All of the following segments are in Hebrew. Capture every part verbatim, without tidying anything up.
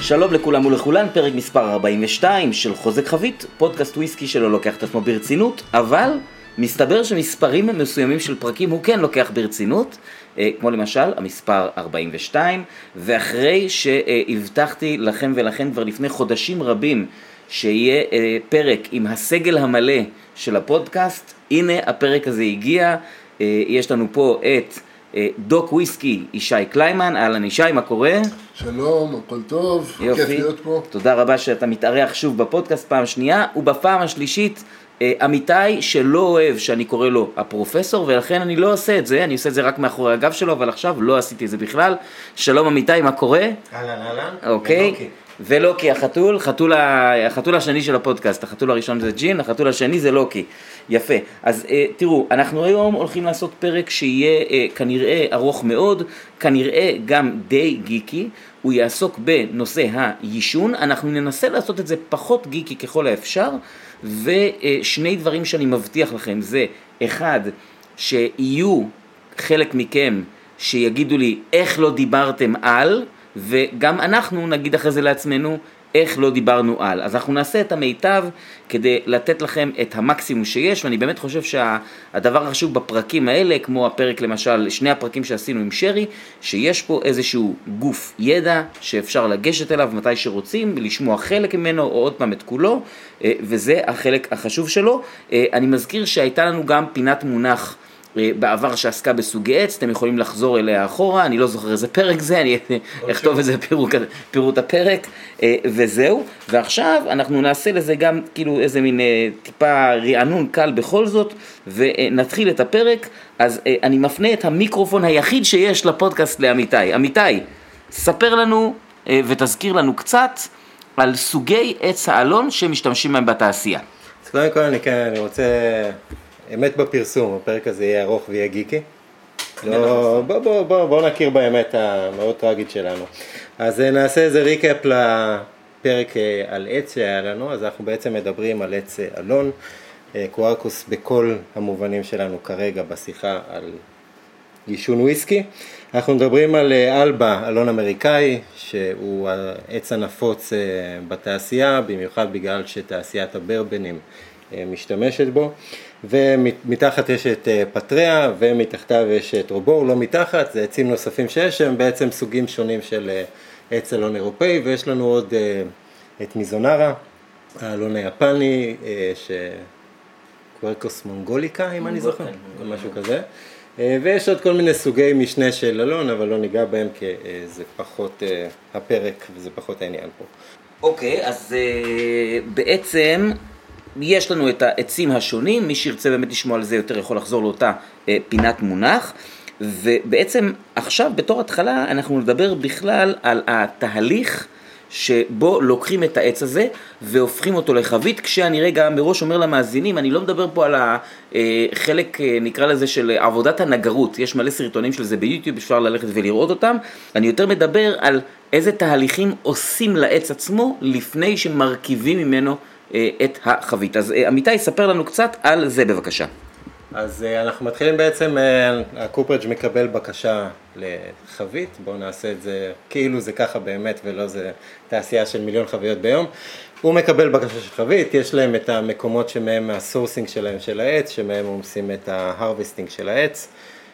שלום לכולם ולכולן, פרק מספר ארבעים ושתיים של חוזק חבית, פודקאסט וויסקי שלא לוקח את עצמו ברצינות, אבל מסתבר שמספרים מסוימים של פרקים הוא כן לוקח ברצינות, כמו למשל המספר ארבעים ושתיים, ואחרי שהבטחתי לכם ולכן כבר לפני חודשים רבים שיהיה פרק עם הסגל המלא של הפודקאסט, הנה הפרק הזה הגיע, יש לנו פה את דוק וויסקי ישי קליימן. אהלן ישי, מה קורה? שלום, הכל טוב, כיף להיות פה. תודה רבה שאתה מתארח שוב בפודקאסט פעם שנייה, ובפעם השלישית אמיתי שלא אוהב שאני קורא לו הפרופסור, ולכן אני לא עושה את זה, אני עושה את זה רק מאחורי הגב שלו, אבל עכשיו לא עשיתי את זה בכלל. שלום אמיתי, מה קורה? אהלן, אהלן. אוקיי. ולוקי החתול, חתול, החתול השני של הפודקאסט, החתול הראשון זה ג'ין, החתול השני זה לוקי. יפה. אז אה, תראו, אנחנו היום הולכים לעשות פרק שיהיה אה, כנראה ארוך מאוד, כנראה גם די גיקי, הוא יעסוק בנושא היישון, אנחנו ננסה לעשות את זה פחות גיקי ככל האפשר, ושני דברים שאני מבטיח לכם זה, אחד, שיהיו חלק מכם שיגידו לי איך לא דיברתם על, וגם אנחנו נגיד אחרי זה לעצמנו איך לא דיברנו על. אז אנחנו נעשה את המיטב כדי לתת לכם את המקסימום שיש, ואני באמת חושב שהדבר החשוב בפרקים האלה, כמו הפרק למשל, שני הפרקים שעשינו עם שרי, שיש פה איזשהו גוף ידע שאפשר לגשת אליו מתי שרוצים, לשמוע חלק ממנו או עוד פעם את כולו, וזה החלק החשוב שלו. אני מזכיר שהייתה לנו גם פינת מונח בעבר שעסקה בסוגי עץ, אתם יכולים לחזור אליה אחורה, אני לא זוכר איזה פרק זה, אני אכתוב איזה פירוט הפרק, וזהו. ועכשיו אנחנו נעשה לזה גם כאילו איזה מין טיפה רענון קל בכל זאת, ונתחיל את הפרק. אז אני מפנה את המיקרופון היחיד שיש לפודקאסט לאמיתי. אמיתי, ספר לנו ותזכיר לנו קצת על סוגי עץ האלון שמשתמשים בהם בתעשייה. אז קודם כל אני, כן, אני רוצה... אמת בפרסום, הפרק הזה יהיה ארוך ויהיה גיקי. לא, בוא, בוא, בוא, בוא נכיר באמת המאוד טרגית שלנו. אז נעשה איזה ריקאפ לפרק על עץ שהיה לנו. אז אנחנו בעצם מדברים על עץ אלון, קוארקוס בכל המובנים שלנו כרגע בשיחה על יישון וויסקי. אנחנו מדברים על אלבה, אלון אמריקאי, שהוא העץ הנפוץ בתעשייה, במיוחד בגלל שתעשיית הברבנים משתמשת בו. ומתחת יש את פטריה, ומתחתיו יש את רובור, לא מתחת, זה עצים נוספים שיש, הם בעצם סוגים שונים של עץ אלון אירופאי, ויש לנו עוד את מיזונרה, האלון היפני, שקוארקוס מונגוליקה, אם אני זוכר, משהו כזה, ויש עוד כל מיני סוגי משנה של אלון, אבל לא ניגע בהם, כי זה פחות הפרק, וזה פחות העניין פה. אוקיי, אז בעצם... יש לנו את העצים השונים, מי שירצה באמת לשמוע על זה יותר יכול לחזור לאותה אה, פינת מונח, ובעצם עכשיו בתור התחלה אנחנו נדבר בכלל על התהליך שבו לוקחים את העץ הזה והופכים אותו לחבית, כשאני רגע מראש אומר למאזינים, אני לא מדבר פה על החלק נקרא לזה של עבודת הנגרות, יש מלא סרטונים של זה ביוטיוב, אפשר ללכת ולראות אותם, אני יותר מדבר על איזה תהליכים עושים לעץ עצמו לפני שמרכיבים ממנו את החבית. אז אמיתי, ספר לנו קצת על זה בבקשה. אז אנחנו מתחילים בעצם, הקופרג' מקבל בקשה לחבית, בואו נעשה את זה כאילו זה ככה באמת ולא זה תעשייה של מיליון חביות ביום. הוא מקבל בקשה של חבית, יש להם את המקומות שמהם הסורסינג שלהם של העץ, שמהם הם עושים את ההרווסטינג של העץ.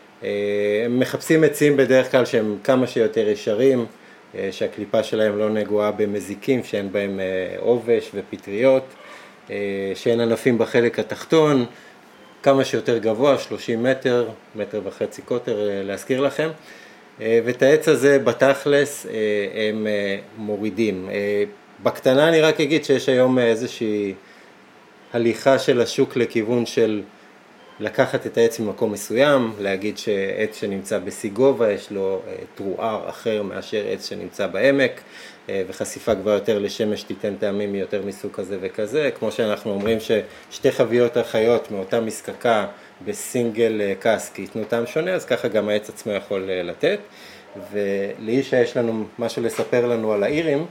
הם מחפשים עצים בדרך כלל שהם כמה שיותר ישרים, שהקליפה שלהם לא נגועה במזיקים, שאין בהם עובש ופטריות, שאין ענפים בחלק התחתון, כמה שיותר גבוה, שלושים מטר, מטר וחצי קוטר להזכיר לכם. ואת העץ הזה בתכלס הם מורידים. בקטנה אני רק אגיד שיש היום איזושהי הליכה של השוק לכיוון של לקחת את העץ ממקום מסוים, להגיד שעץ שנמצא בסיגובה יש לו תרוער אחר מאשר עץ שנמצא בעמק, וחשיפה כבר יותר לשמש תיתן טעמים יותר מסוג כזה וכזה, כמו שאנחנו אומרים ששתי חביות החיות מאותה מסקקה בסינגל קאסק ייתנו טעם שונה, אז ככה גם העץ עצמו יכול לתת. ולאישה יש לנו משהו לספר לנו על האירים.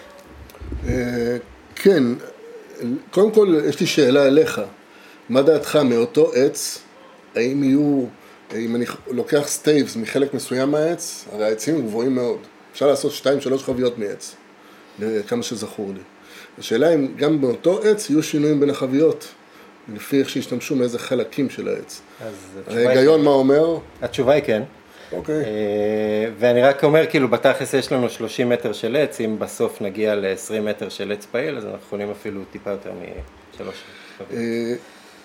כן, קודם כל יש לי שאלה אליך. מה דעתך מאותו עץ, האם יהיו, אם אני לוקח סטייבס מחלק מסוים מהעץ, הרי העצים גבוהים מאוד, אפשר לעשות שתיים שלוש חביות מעץ. כמה שזכור לי. השאלה אם גם באותו עץ יהיו שינויים בין החביות, לפי איך שהשתמשו מאיזה חלקים של העץ. ההיגיון מה אומר? התשובה היא כן. אוקיי. ואני רק אומר, כאילו, בתכלס יש לנו שלושים מטר של עץ, אם בסוף נגיע ל-עשרים מטר של עץ פעיל, אז אנחנו יכולים אפילו טיפה יותר משלוש חביות.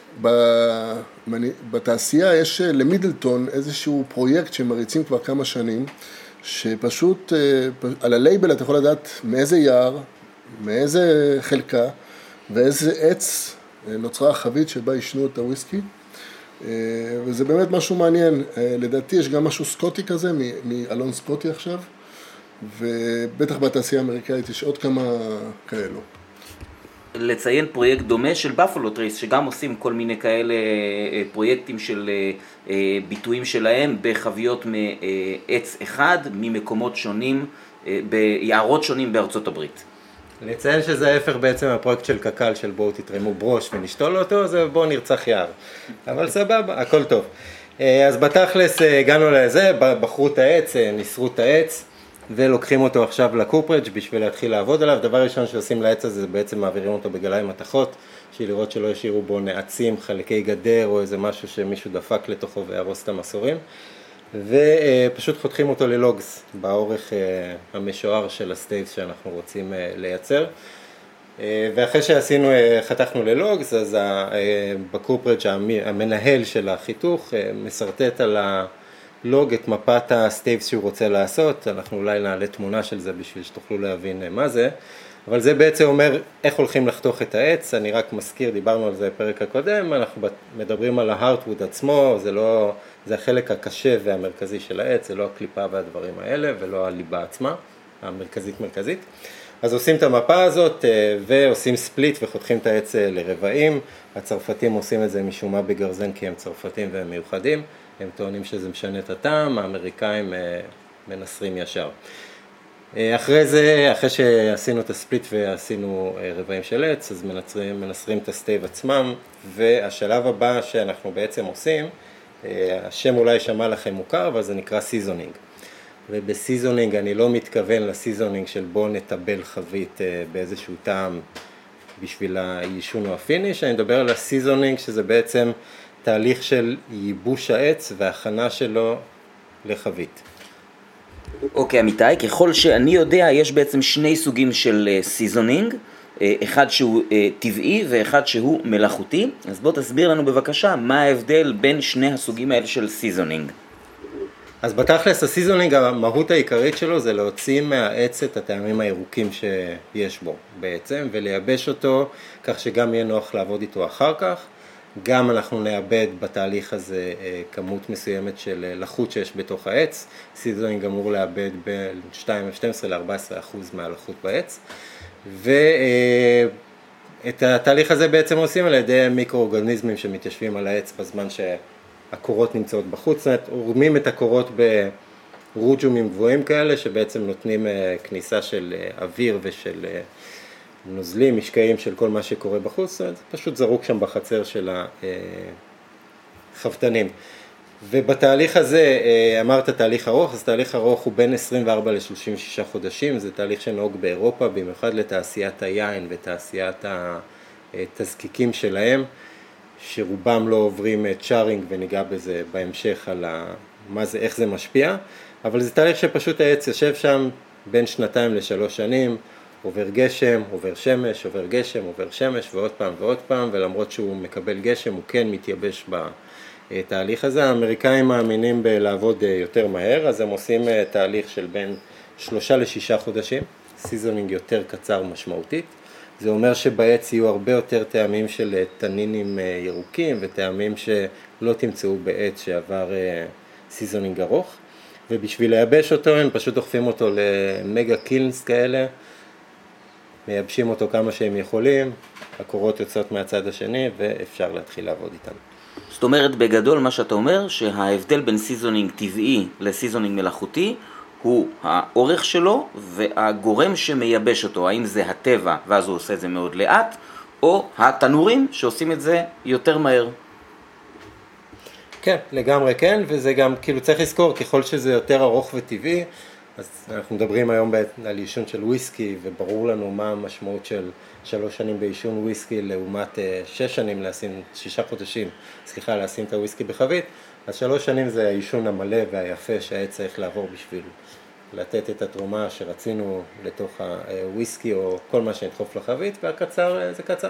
בתעשייה יש למידלטון איזשהו פרויקט שמריצים כבר כמה שנים, שפשוט על הלייבל אתה יכול לדעת מאיזה יער, מאיזה חלקה ואיזה עץ נוצרה החבית שבה ישנו את הוויסקי, וזה באמת משהו מעניין. לדעתי יש גם משהו סקוטי כזה, מאלון סקוטי עכשיו, ובטח בתעשייה האמריקאית יש עוד כמה כאלו. לציין פרויקט דומה של בפלו טרייס, שגם עושים כל מיני כאלה פרויקטים של ביטויים שלהם בחביות מעץ אחד, ממקומות שונים, ביערות שונים בארצות הברית. לציין שזה ההפך בעצם הפרויקט של קק"ל, של בואו תתרמו ברוש ונשתול אותו, זה בואו נרצח יער. אבל סבבה, הכל טוב. אז בתכלס הגענו לזה, בחרו את העץ, ניסרו את העץ, ולוקחים אותו עכשיו לקופרג' בשביל להתחיל לעבוד עליו. דבר ראשון שעושים לעץ הזה, בעצם מעבירים אותו בגליים מתכות, בשביל לראות שלא ישאירו בו נעצים, חלקי גדר או איזה משהו שמישהו דפק לתוכו וירוס את המסורים. ופשוט חותכים אותו ללוגס באורך המשוער של הסטייבס שאנחנו רוצים לייצר. ואחרי שעשינו, חתכנו ללוגס, אז בקופרג' המנהל של החיתוך מסרטט על הלוג את מפת הסטייבס שהוא רוצה לעשות. אנחנו אולי נעלה תמונה של זה בשביל שתוכלו להבין מה זה. אבל זה בעצם אומר איך הולכים לחתוך את העץ. אני רק מזכיר, דיברנו על זה בפרק הקודם, אנחנו מדברים על ההארטווד עצמו, זה לא, זה החלק הקשה והמרכזי של העץ, זה לא הקליפה והדברים האלה ולא הליבה עצמה, המרכזית מרכזית. אז עושים את המפה הזאת ועושים ספליט וחותכים את העץ לרבעים. הצרפתים עושים את זה משום מה בגרזן כי הם צרפתים והם מיוחדים, הם טוענים שזה משנה את הטעם, האמריקאים מנסרים ישר. אחרי זה, אחרי שעשינו את הספליט ועשינו רבעים של עץ, אז מנסרים, מנסרים את הסטייב עצמם, והשלב הבא שאנחנו בעצם עושים, השם אולי שמע לכם מוכר, אבל זה נקרא סיזונינג. ובסיזונינג אני לא מתכוון לסיזונינג של בוא נטבל חבית באיזשהו טעם בשביל היישון או הפיניש, אני מדבר על הסיזונינג שזה בעצם תהליך של ייבוש העץ והכנה שלו לחבית. אוקיי, אמיתי, ככל שאני יודע, יש בעצם שני סוגים של סיזונינג, אחד שהוא טבעי ואחד שהוא מלאכותי. אז בוא תסביר לנו בבקשה מה ההבדל בין שני הסוגים האלה של סיזונינג. אז בתכלס הסיזונינג, המהות העיקרית שלו זה להוציא מהעץ את הטעמים הירוקים שיש בו בעצם, ולייבש אותו כך שגם יהיה נוח לעבוד איתו אחר כך. גם אנחנו נאבד בתהליך הזה כמות מסוימת של לחות שיש בתוך העץ. סיזונינג אמור לאבד בין שתים עשרה ל-ארבע עשרה אחוז מהלחות בעץ. ואת התהליך הזה בעצם עושים על ידי מיקרואורגניזמים שמתיישבים על העץ בזמן שהקורות נמצאות בחוץ. זאת אומרת, עורמים את הקורות ברוג'ומים גבוהים כאלה שבעצם נותנים כניסה של אוויר ושל נוזלים, משקעים של כל מה שקורה בחוץ, זה פשוט זרוק שם בחצר של החבטנים. ובתהליך הזה, אמרת תהליך ארוך, אז תהליך ארוך הוא בין עשרים וארבע ל-שלושים ושישה חודשים, זה תהליך שנהוג באירופה, במיוחד לתעשיית היין ותעשיית התזקיקים שלהם, שרובם לא עוברים צ'ארינג וניגע בזה בהמשך על מה זה, איך זה משפיע, אבל זה תהליך שפשוט העץ יושב שם בין שנתיים לשלוש שנים, עובר גשם, עובר שמש, עובר גשם, עובר שמש ועוד פעם ועוד פעם, ולמרות שהוא מקבל גשם הוא כן מתייבש בתהליך הזה. האמריקאים מאמינים בלעבוד יותר מהר, אז הם עושים תהליך של בין שלושה לשישה חודשים, סיזונינג יותר קצר משמעותית. זה אומר שבעץ יהיו הרבה יותר טעמים של תנינים ירוקים וטעמים שלא תמצאו בעץ שעבר סיזונינג ארוך, ובשביל לייבש אותו הם פשוט דוחפים אותו למגה קילנס כאלה, מייבשים אותו כמה שהם יכולים, הקורות יוצאות מהצד השני ואפשר להתחיל לעבוד איתן. זאת אומרת, בגדול מה שאתה אומר, שההבדל בין סיזונינג טבעי לסיזונינג מלאכותי הוא האורך שלו והגורם שמייבש אותו, האם זה הטבע ואז הוא עושה את זה מאוד לאט, או התנורים שעושים את זה יותר מהר. כן, לגמרי כן, וזה גם כאילו צריך לזכור, ככל שזה יותר ארוך וטבעי, אז אנחנו מדברים היום על עישון של וויסקי, וברור לנו מה המשמעות של שלוש שנים בעישון וויסקי לעומת שש שנים לשים, שישה חודשים, סליחה, לשים את הוויסקי בחבית. אז שלוש שנים זה העישון המלא והיפה שהעץ צריך לעבור בשביל לתת את התרומה שרצינו לתוך הוויסקי או כל מה שנדחוף לחבית, והקצר זה קצר.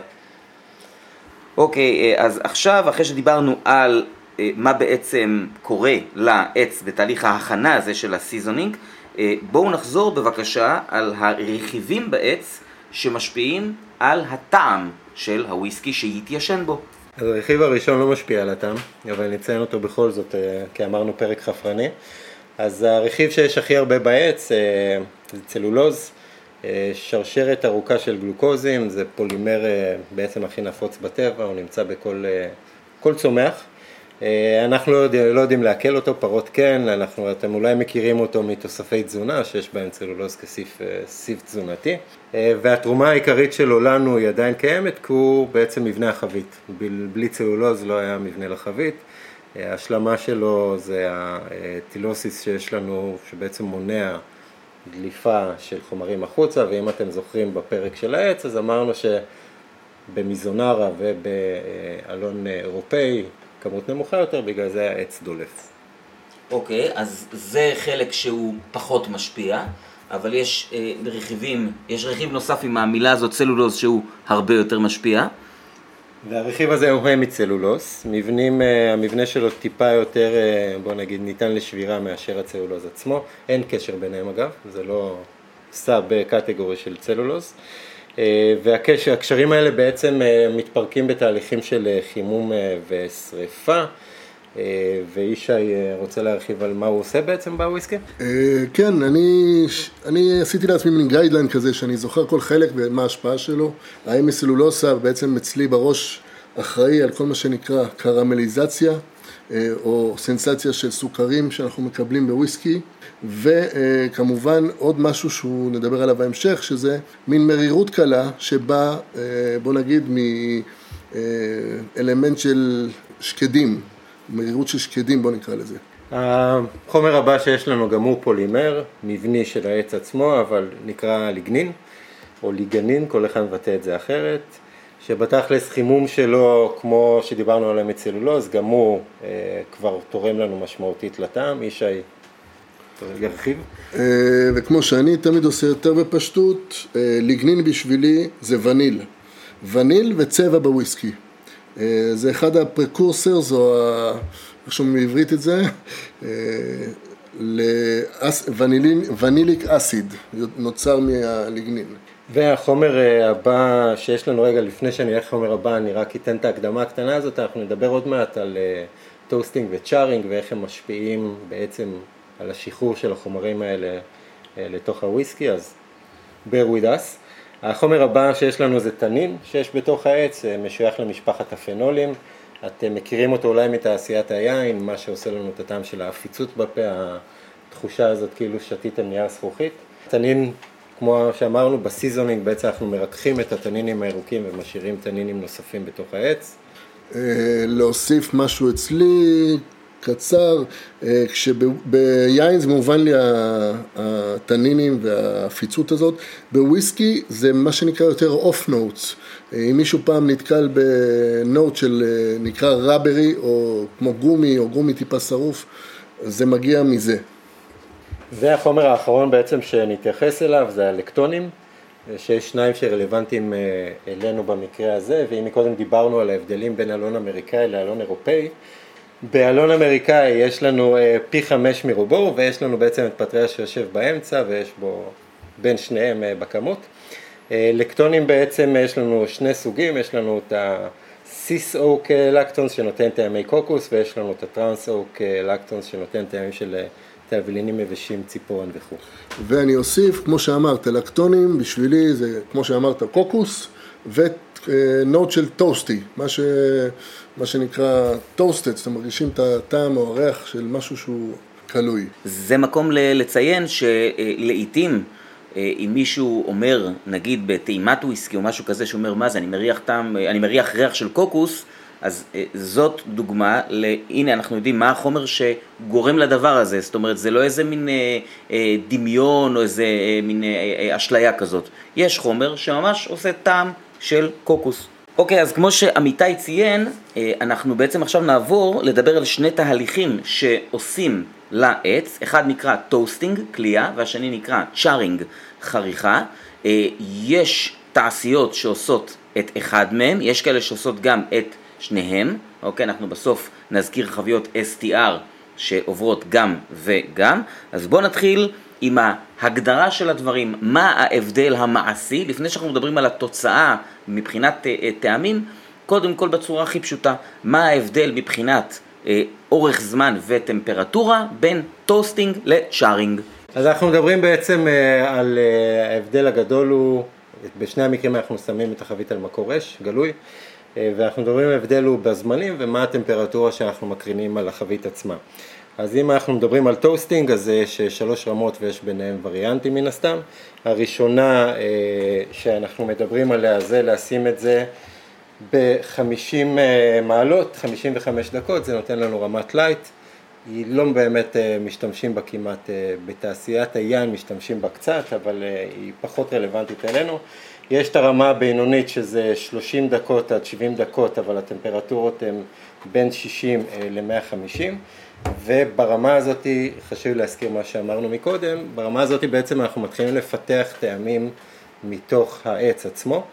אוקיי, אז עכשיו, אחרי שדיברנו על מה בעצם קורה לעץ בתהליך ההכנה הזה של הסיזונינג, בואו נחזור בבקשה על הרכיבים בעץ שמשפיעים על הטעם של הוויסקי שיתיישן בו. אז הרכיב הראשון לא משפיע על הטעם, אבל נציין אותו בכל זאת, כי אמרנו פרק חפרני. אז הרכיב שיש הכי הרבה בעץ זה צלולוז, שרשרת ארוכה של גלוקוזים, זה פולימר בעצם הכי נפוץ בטבע, הוא נמצא בכל כל צומח. אנחנו לא יודעים, לא יודעים להקל אותו, פרות כן, אנחנו, אתם אולי מכירים אותו מתוספי תזונה, שיש בהם צלולוז כסיב תזונתי, והתרומה העיקרית שלו לנו היא עדיין קיימת, כי הוא בעצם מבנה החבית. בלי צלולוז לא היה מבנה לחבית, ההשלמה שלו זה הטילוסיס שיש לנו, שבעצם מונע דליפה של חומרים החוצה, ואם אתם זוכרים בפרק של העץ, אז אמרנו שבמיזונרה ובאלון אירופאי, כמות נמוכה יותר, בגלל זה העץ דולף. אוקיי, okay, אז זה חלק שהוא פחות משפיע, אבל יש אה, רכיבים, יש רכיב נוסף עם המילה הזאת, צלולוז, שהוא הרבה יותר משפיע. והרכיב הזה הוא מצלולוז, מבנים, המבנה שלו טיפה יותר, בוא נגיד, ניתן לשבירה מאשר הצלולוז עצמו, אין קשר ביניהם אגב, זה לא סע בקטגורי של צלולוז, והקשרים האלה בעצם מתפרקים בתהליכים של חימום ושריפה, ואישי רוצה להרחיב על מה הוא עושה בעצם בוויסקי? כן, אני, אני עשיתי לעצמי מין גיידליין כזה שאני זוכר כל חלק ומה ההשפעה שלו. ההמיסלולוסה בעצם אצלי בראש אחראי על כל מה שנקרא קרמליזציה או סנסציה של סוכרים שאנחנו מקבלים בוויסקי, וכמובן עוד משהו שהוא נדבר עליו בהמשך, שזה מין מרירות קלה שבה בוא נגיד מאלמנט של שקדים, מרירות של שקדים, בוא נקרא לזה. החומר הבא שיש לנו גם הוא פולימר, מבני של העץ עצמו, אבל נקרא ליגנין, או ליגנין, כל אחד מבטא את זה אחרת, שבתכלס חימום שלו, כמו שדיברנו עליהם מצלולוז, גם הוא אה, כבר תורם לנו משמעותית לטעם. ישי ירחיב. אה, וכמו שאני תמיד עושה יותר בפשטות, אה, ליגנין בשבילי זה וניל. וניל וצבע בוויסקי. זה אחד הפרקורסרס, או איך שאומרים בעברית את זה, וניליק אסיד, נוצר מהליגנין. והחומר הבא שיש לנו, רגע לפני שאני אלך לחומר הבא, אני רק אתן את ההקדמה הקטנה הזאת, אנחנו נדבר עוד מעט על טוסטינג וצ'ארינג, ואיך הם משפיעים בעצם על השחרור של החומרים האלה לתוך הוויסקי, אז bear with us. החומר הבא שיש לנו זה טנין, שיש בתוך העץ, משוייך למשפחת הפנולים. אתם מכירים אותו אולי מתעשיית היין, מה שעושה לנו את הטעם של האפיצות בפה, התחושה הזאת כאילו שתיתם נייר זכוכית. טנין, כמו שאמרנו, בסיזונינג בעצם אנחנו מרככים את הטנינים הירוקים ומשאירים טנינים נוספים בתוך העץ. להוסיף משהו אצלי קצר, כשביין זה מובן לי הטנינים והאפיצות הזאת, בוויסקי זה מה שנקרא יותר אוף נוטס. אם מישהו פעם נתקל בנוט של נקרא רברי או כמו גומי או גומי טיפה שרוף, זה מגיע מזה. והחומר האחרון בעצם שנתייחס אליו זה הלקטונים, שיש שניים שרלוונטיים אלינו במקרה הזה, ואם מקודם דיברנו על ההבדלים בין אלון אמריקאי לאלון אירופאי, באלון אמריקאי יש לנו פי חמש מרובו, ויש לנו בעצם את פטריה שיושב באמצע, ויש בו בין שניהם בכמות. לקטונים בעצם יש לנו שני סוגים, יש לנו את הסיס אוק לקטונס שנותן טעמי קוקוס, ויש לנו את הטרנס אוק לקטונס שנותן טעמים של תבלינים יבשים, ציפורן וכו'. ואני אוסיף, כמו שאמרת, לקטונים בשבילי זה כמו שאמרת קוקוס, ונוט של טוסטי, מה, ש... מה שנקרא טוסטד, אתם מרגישים את הטעם או הריח של משהו שהוא קלוי. זה מקום לציין שלעיתים, אם מישהו אומר, נגיד בטעימת וויסקי או משהו כזה, שאומר מה זה, אני מריח טעם, אני מריח ריח של קוקוס, אז זאת דוגמה, הנה אנחנו יודעים מה החומר שגורם לדבר הזה, זאת אומרת זה לא איזה מין דמיון או איזה מין אשליה כזאת, יש חומר שממש עושה טעם של קוקוס. אוקיי, אז כמו שעמיתי ציין, אנחנו בעצם עכשיו נעבור לדבר על שני תהליכים שעושים לעץ, אחד נקרא טוסטינג, קלייה, והשני נקרא צ'ארינג, חריכה. יש תעשיות שעושות את אחד מהם, יש כאלה שעושות גם את שניהם, אוקיי, אנחנו בסוף נזכיר חביות אס טי אר שעוברות גם וגם, אז בואו נתחיל עם ההגדרה של הדברים, מה ההבדל המעשי, לפני שאנחנו מדברים על התוצאה מבחינת טעמים, קודם כל בצורה הכי פשוטה, מה ההבדל מבחינת אה, אורך זמן וטמפרטורה בין טוסטינג לצ'ארינג. אז אנחנו מדברים בעצם אה, על אה, ההבדל הגדול הוא, בשני המקרים אנחנו שמים את החבית על מקור אש, גלוי, אה, ואנחנו מדברים על ההבדל הוא בזמנים ומה הטמפרטורה שאנחנו מקרינים על החבית עצמה. אז אם אנחנו מדברים על טוסטינג, אז יש שלוש רמות ויש ביניהם וריאנטים מן הסתם. הראשונה אה, שאנחנו מדברים עליה זה לשים את זה ב-חמישים מעלות, חמישים וחמש דקות, זה נותן לנו רמת לייט. היא לא באמת משתמשים בה כמעט, בתעשיית היין משתמשים בה קצת, אבל היא פחות רלוונטית אלינו. יש את הרמה הבינונית שזה שלושים דקות עד שבעים דקות, אבל הטמפרטורות הן בין שישים ל-מאה וחמישים. וברמה הזאת, חשוב להזכיר מה שאמרנו מקודם, ברמה הזאת בעצם אנחנו מתחילים לפתח טעמים מתוך העץ עצמו.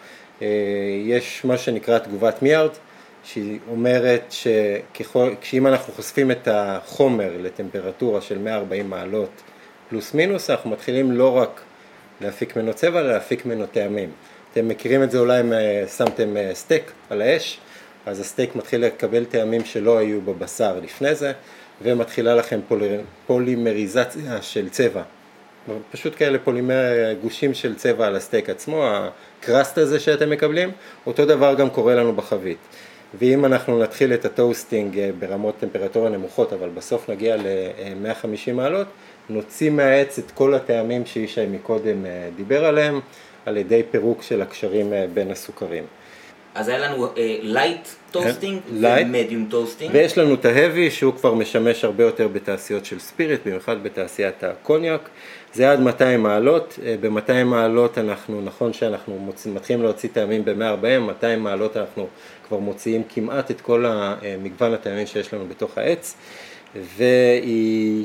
יש מה שנקרא תגובת מיארד, שהיא אומרת שאם אנחנו חושפים את החומר לטמפרטורה של מאה וארבעים מעלות פלוס מינוס, אנחנו מתחילים לא רק להפיק ממנו צבע, אלא להפיק ממנו טעמים. אתם מכירים את זה אולי אם שמתם סטייק על האש, אז הסטייק מתחיל לקבל טעמים שלא היו בבשר לפני זה, ומתחילה לכם פולימריזציה של צבע. פשוט כאלה פולימר, גושים של צבע על הסטייק עצמו, הקרסט הזה שאתם מקבלים, אותו דבר גם קורה לנו בחבית. ואם אנחנו נתחיל את הטוסטינג ברמות טמפרטורה נמוכות, אבל בסוף נגיע ל-מאה וחמישים מעלות, נוציא מהעץ את כל הטעמים שישי מקודם דיבר עליהם, על ידי פירוק של הקשרים בין הסוכרים. אז היה לנו לייט טוסטינג ומדיום טוסטינג. ויש לנו את ההבי שהוא כבר משמש הרבה יותר בתעשיות של ספיריט, במיוחד בתעשיית הקוניאק. זה עד מאתיים מעלות, ב-מאתיים מעלות אנחנו, נכון שאנחנו מוצאים, מתחילים להוציא טעמים ב-מאה וארבעים, מאתיים מעלות אנחנו כבר מוציאים כמעט את כל המגוון הטעמים שיש לנו בתוך העץ, והיא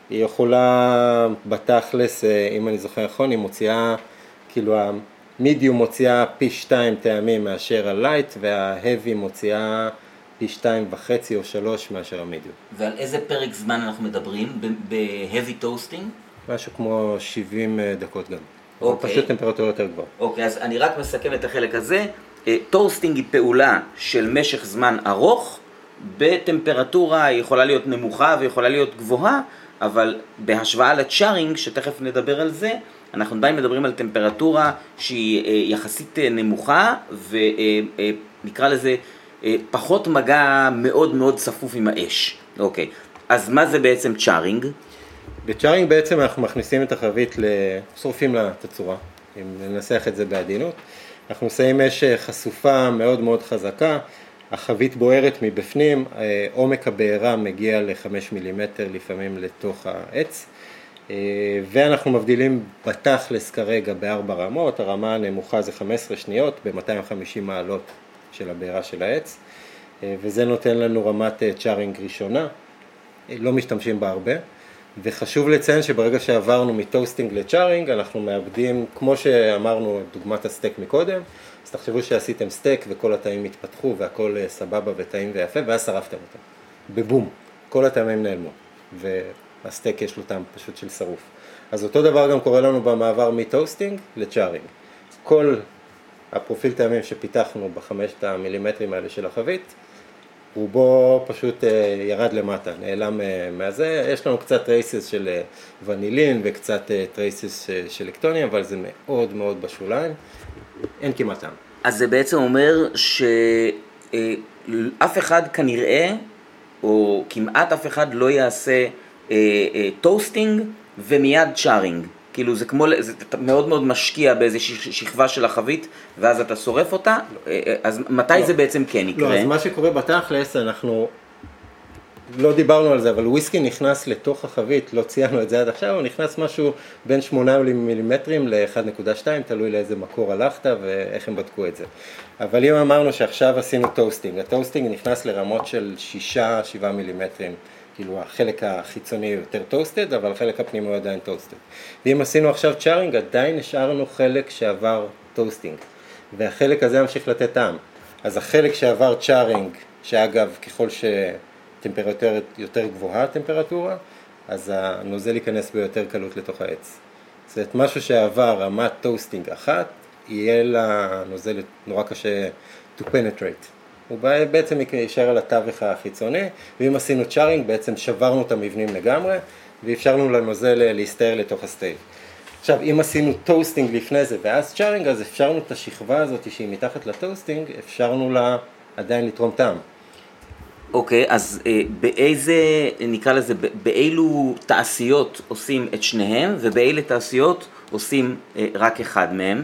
יכולה בתכלס, אם אני זוכר נכון, היא מוציאה, כאילו המידיום מוציאה פי שתיים טעמים מאשר הלייט, וההבי מוציאה פי שתיים וחצי או שלוש מאשר המדיום. ועל איזה פרק זמן אנחנו מדברים בהבי טוסטינג? משהו כמו שבעים דקות גם. אוקיי. פשוט טמפרטורה יותר גבוהה. אוקיי, אז אני רק מסכם את החלק הזה. טוסטינג היא פעולה של משך זמן ארוך, בטמפרטורה יכולה להיות נמוכה ויכולה להיות גבוהה, אבל בהשוואה לצ'ארינג, שתכף נדבר על זה, אנחנו עדיין מדברים על טמפרטורה שהיא יחסית נמוכה, ונקרא לזה פחות מגע מאוד מאוד צפוף עם האש. אוקיי, אז מה זה בעצם צ'ארינג? בצ'ארינג בעצם אנחנו מכניסים את החבית, שורפים לה את הצורה, אם ננסח את זה בעדינות. אנחנו שמים אש חשופה מאוד מאוד חזקה, החבית בוערת מבפנים, עומק הבעירה מגיע ל-חמישה מילימטר לפעמים לתוך העץ, ואנחנו מבדילים בתכלס כרגע בארבע רמות, הרמה הנמוכה זה חמש עשרה שניות ב-מאתיים וחמישים מעלות של הבעירה של העץ, וזה נותן לנו רמת צ'ארינג ראשונה, לא משתמשים בה הרבה. וחשוב לציין שברגע שעברנו מטוסטינג לצ'ארינג, אנחנו מאבדים, כמו שאמרנו, דוגמת הסטייק מקודם, אז תחשבו שעשיתם סטייק וכל הטעים התפתחו והכל סבבה וטעים ויפה, ואז שרפתם אותם. בבום, כל הטעמים נעלמו, והסטייק יש לו טעם פשוט של שרוף. אז אותו דבר גם קורה לנו במעבר מטוסטינג לצ'ארינג. כל הפרופיל טעמים שפיתחנו בחמשת המילימטרים האלה של החבית, רובו פשוט ירד למטה, נעלם מהזה, יש לנו קצת טרייסס של ונילין וקצת טרייסס של לקטוני, אבל זה מאוד מאוד בשוליים, אין כמעט טעם. אז זה בעצם אומר שאף אחד כנראה, או כמעט אף אחד לא יעשה טוסטינג ומיד צ'ארינג, כאילו זה כמו, זה מאוד מאוד משקיע באיזושהי שכבה של החבית, ואז אתה שורף אותה, אז מתי זה בעצם כן יקרה? לא, אז מה שקורה בתכלס, אנחנו לא דיברנו על זה, אבל וויסקי נכנס לתוך החבית, לא ציינו את זה עד עכשיו, הוא נכנס משהו בין שמונה מילימטרים ל-אחד נקודה שתיים, תלוי לאיזה מקור הלכת ואיך הם בדקו את זה. אבל אם אמרנו שעכשיו עשינו טוסטינג, הטוסטינג נכנס לרמות של שישה שבעה מילימטרים, כאילו החלק החיצוני יותר טוסטד, אבל החלק הפנימי הוא עדיין טוסטד. ואם עשינו עכשיו צ'ארינג, עדיין נשארנו חלק שעבר טוסטינג, והחלק הזה ממשיך לתת טעם. אז החלק שעבר צ'ארינג, שאגב ככל שטמפרטורה יותר גבוהה הטמפרטורה, אז הנוזל ייכנס ביותר קלות לתוך העץ. זאת אומרת, משהו שעבר רמת טוסטינג אחת, יהיה לנוזל נורא קשה to penetrate. הוא בעצם יישאר על התווך החיצוני, ואם עשינו צ'ארינג בעצם שברנו את המבנים לגמרי, ואפשרנו לנוזל להסתער לתוך הסטייל. עכשיו, אם עשינו טוסטינג לפני זה ואז צ'ארינג, אז אפשרנו את השכבה הזאת שהיא מתחת לטוסטינג, אפשרנו לה עדיין לתרום טעם. אוקיי, אז אה, באיזה, נקרא לזה, באילו תעשיות עושים את שניהם, ובאילו תעשיות עושים אה, רק אחד מהם?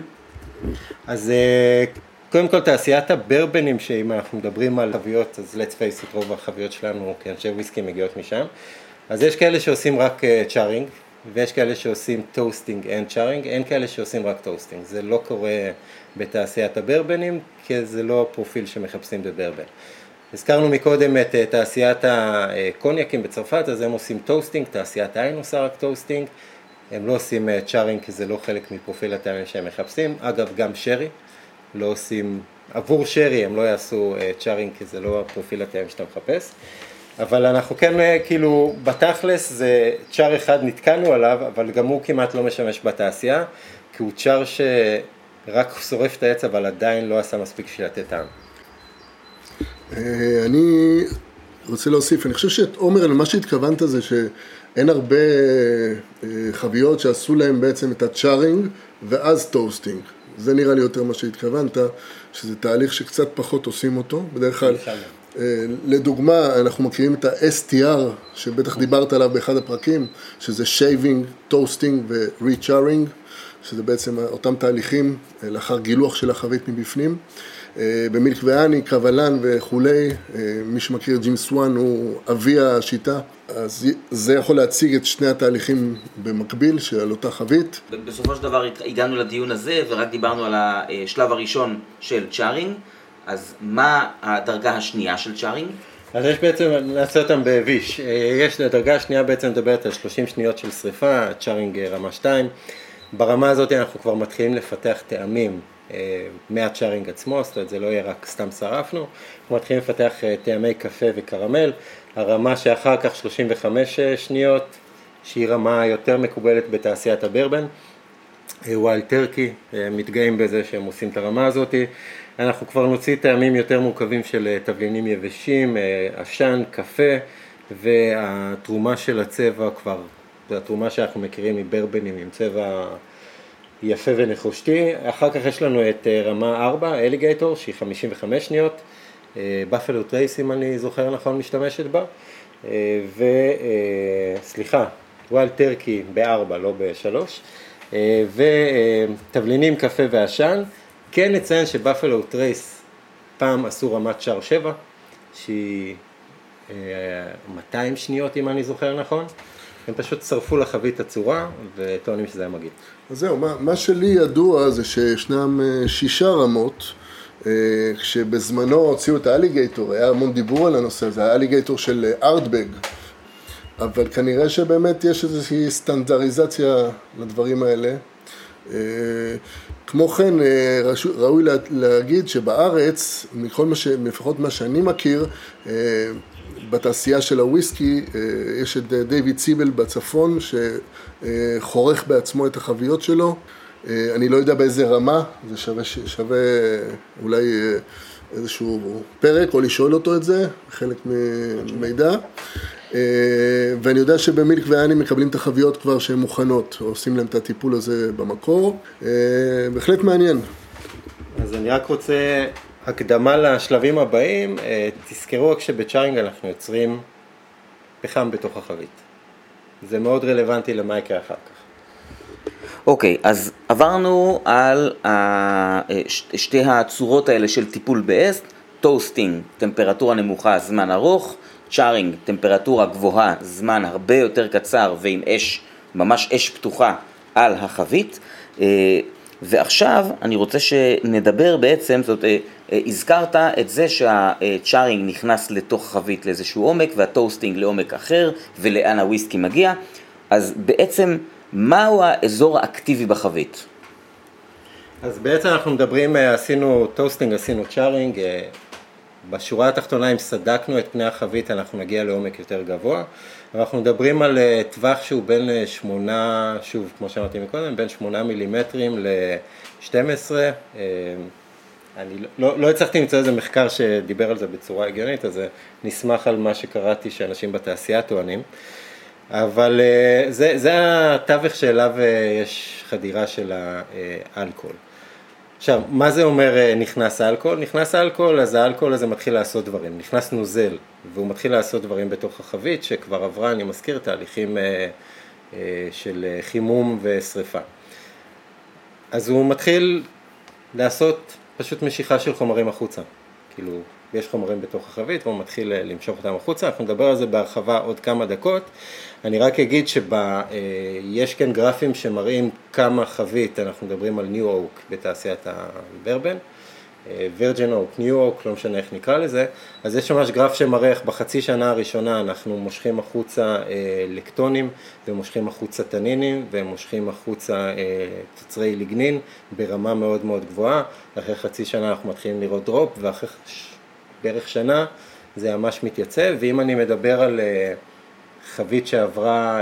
אז אה, קודם כל תעשיית הברבנים, שאם אנחנו מדברים על חביות, אז let's face it, רוב החביות שלנו כאנשי וויסקי מגיעות משם. אז יש כאלה שעושים רק צ'ארינג, ויש כאלה שעושים טוסטינג and צ'ארינג, אין כאלה שעושים רק טוסטינג. זה לא קורה בתעשיית הברבנים, כי זה לא הפרופיל שמחפשים בברבן. הזכרנו מקודם את תעשיית הקוניאקים בצרפת, אז הם עושים טוסטינג, תעשיית העין עושה רק טוסטינג, הם לא עושים צ'ארינג כי זה לא חלק מפרופיל הטעמים שהם מחפשים. אגב, גם שרי, לא עושים, עבור שרי הם לא יעשו צ'ארינג כי זה לא הפרופיל הטעמים שאתה מחפש. אבל אנחנו כן, כאילו, בתכלס זה צ'אר אחד נתקענו עליו, אבל גם הוא כמעט לא משמש בתעשייה, כי הוא צ'אר שרק שורף את העץ, אבל עדיין לא עשה מספיק בשביל לתת טעם. אני רוצה להוסיף, אני חושב שאת עומר, למה שהתכוונת זה שאין הרבה חביות שעשו להם בעצם את הצ'ארינג ואז טוסטינג. זה נראה לי יותר מה שהתכוונת, שזה תהליך שקצת פחות עושים אותו, בדרך כלל. לדוגמה, אנחנו מכירים את ה-אס טי אר, שבטח דיברת עליו באחד הפרקים, שזה שייבינג, טוסטינג ו-ריצ'ארינג, שזה בעצם אותם תהליכים לאחר גילוח של החבית מבפנים. במילק ואני, קבלן וכולי, מי שמכיר ג'ים סואן הוא אבי השיטה, אז זה יכול להציג את שני התהליכים במקביל של אותה חבית. בסופו של דבר הגענו לדיון הזה ורק דיברנו על השלב הראשון של צ'ארינג, אז מה הדרגה השנייה של צ'ארינג? אז יש בעצם, נעשה אותם בוויש, יש לדרגה השנייה בעצם מדברת על שלושים שניות של שריפה, צ'ארינג רמה שתיים, ברמה הזאת אנחנו כבר מתחילים לפתח טעמים מהצ'ארינג עצמו, זאת אומרת זה לא יהיה רק סתם שרפנו, אנחנו מתחילים לפתח טעמי קפה וקרמל, הרמה שאחר כך שלושים וחמש שניות, שהיא רמה יותר מקובלת בתעשיית הברבן, ווילד טרקי, מתגאים בזה שהם עושים את הרמה הזאת, אנחנו כבר נוציא טעמים יותר מורכבים של תבלינים יבשים, עשן, קפה, והתרומה של הצבע כבר, זה התרומה שאנחנו מכירים מברבנים עם צבע יפה ונחושתי. אחר כך יש לנו את רמה ארבע, אליגייטור, שהיא חמישים וחמש שניות, בפלו טרייס אם אני זוכר נכון משתמשת בה, וסליחה, ווילד טרקי בארבע, לא בשלוש, ותבלינים, קפה ועשן. כן נציין שבפלו טרייס פעם עשו רמת צ'אר שבע, שהיא מאתיים שניות אם אני זוכר נכון, הם פשוט שרפו לחבית הצורה וטוענים שזה היה מגעיל. אז זהו, מה, מה שלי ידוע זה שישנם שישה רמות, כשבזמנו הוציאו את האליגייטור, היה המון דיבור על הנושא הזה, האליגייטור של ארטבג, אבל כנראה שבאמת יש איזושהי סטנדרטיזציה לדברים האלה. כמו כן, ראוי להגיד שבארץ, מכל מה ש... לפחות מה שאני מכיר, בתעשייה של הוויסקי, יש את דיוויד ציבל בצפון, שחורך בעצמו את החביות שלו. אני לא יודע באיזה רמה, זה שווה, שווה אולי איזשהו פרק, או לשאול אותו את זה, חלק ממידע. ואני יודע שבמילק ואני מקבלים את החביות כבר שהן מוכנות, עושים להם את הטיפול הזה במקור. בהחלט מעניין. אז אני רק רוצה הקדמה לשלבים הבאים. תזכרו רק שבצ'ארינג אנחנו יוצרים פחם בתוך החבית. זה מאוד רלוונטי למה יקרה אחר כך. אוקיי, אז עברנו על שתי הצורות האלה של טיפול באסט, טוסטינג, טמפרטורה נמוכה, זמן ארוך, צ'ארינג, טמפרטורה גבוהה, זמן הרבה יותר קצר ועם אש, ממש אש פתוחה על החבית. ועכשיו אני רוצה שנדבר בעצם, זאת אומרת, הזכרת את זה שהצ'ארינג נכנס לתוך החבית לאיזשהו עומק והטוסטינג לעומק אחר ולאן הוויסקי מגיע, אז בעצם מהו האזור האקטיבי בחבית? אז בעצם אנחנו מדברים, עשינו טוסטינג, עשינו צ'ארינג, בשורה התחתונה אם סדקנו את פני החבית אנחנו נגיע לעומק יותר גבוה, אנחנו מדברים על טווח שהוא בין שמונה, שוב כמו שאמרתי מקודם, בין שמונה מילימטרים ל-שתים עשרה, אני לא, לא הצלחתי למצוא איזה מחקר שדיבר על זה בצורה הגיונית, אז נשמח על מה שקראתי שאנשים בתעשייה טוענים, אבל זה, זה התווך שאליו יש חדירה של האלכוהול. עכשיו, מה זה אומר נכנס האלכוהול? נכנס האלכוהול, אז האלכוהול הזה מתחיל לעשות דברים. נכנס נוזל, והוא מתחיל לעשות דברים בתוך החבית, שכבר עברה, אני מזכיר, תהליכים אה, אה, של חימום ושריפה. אז הוא מתחיל לעשות פשוט משיכה של חומרים החוצה. כאילו, יש חומרים בתוך החבית, והוא מתחיל למשוך אותם החוצה. אנחנו נדבר על זה בהרחבה עוד כמה דקות. אני רק אגיד שיש כאן גרפים שמראים כמה חבית, אנחנו מדברים על ניו אוק בתעשיית הברבן, וירג'ין אוק, ניו אוק, לא משנה איך נקרא לזה, אז יש ממש גרף שמראה איך בחצי שנה הראשונה אנחנו מושכים החוצה לקטונים, ומושכים החוצה טנינים, ומושכים החוצה תוצרי ליגנין ברמה מאוד מאוד גבוהה, אחרי חצי שנה אנחנו מתחילים לראות דרופ, ואחרי בערך שנה זה ממש מתייצב, ואם אני מדבר על חבית שעברה,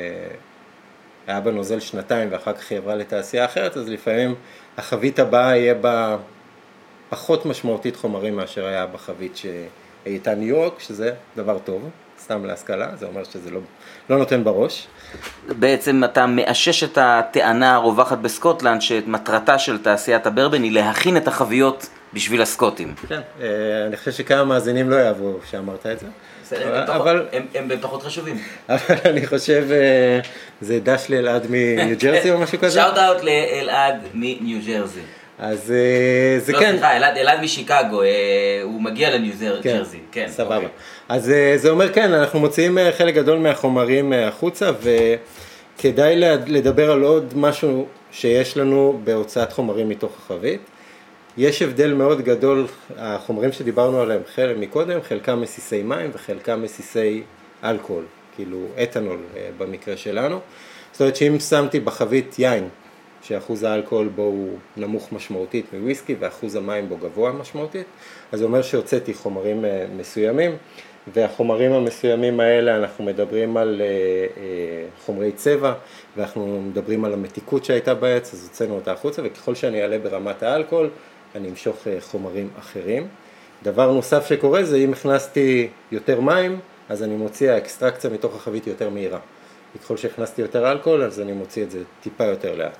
היה בנוזל שנתיים ואחר כך היא עברה לתעשייה אחרת, אז לפעמים החבית הבאה יהיה בה פחות משמעותית חומרים מאשר היה בחבית שהייתה ניו יורק, שזה דבר טוב, סתם להשכלה, זה אומר שזה לא, לא נותן בראש. בעצם אתה מאשש את הטענה הרווחת בסקוטלנד, שמטרתה של תעשיית הברבן היא להכין את החביות בשביל הסקוטים. כן, אני חושב שכמה מאזינים לא יעברו שאמרת את זה. אבל הם, הם פחות חשובים. אבל אני חושב, זה דש לאלעד מניו ג'רזי או משהו כזה? שאוט אאוט לאלעד מניו ג'רזי. אז זה כן. לא, סליחה, אלעד משיקגו, הוא מגיע לניו ג'רזי. כן, סבבה. אז זה אומר כן, אנחנו מוציאים חלק גדול מהחומרים החוצה, וכדאי לדבר על עוד משהו שיש לנו בהוצאת חומרים מתוך החבית. יש הבדל מאוד גדול, החומרים שדיברנו עליהם חלק מקודם, חלקם מסיסי מים וחלקם מסיסי אלכוהול, כאילו אתנול במקרה שלנו. זאת אומרת שאם שמתי בחבית יין, שאחוז האלכוהול בו הוא נמוך משמעותית מוויסקי ואחוז המים בו גבוה משמעותית, אז זה אומר שהוצאתי חומרים מסוימים, והחומרים המסוימים האלה אנחנו מדברים על חומרי צבע, ואנחנו מדברים על המתיקות שהייתה בעץ, אז הוצאנו אותה החוצה, וככל שאני אעלה ברמת האלכוהול, אני אמשוך חומרים אחרים. דבר נוסף שקורה זה אם הכנסתי יותר מים, אז אני מוציא האקסטרקציה מתוך החבית יותר מהירה. ככל שהכנסתי יותר אלכוהול, אז אני מוציא את זה טיפה יותר לאט.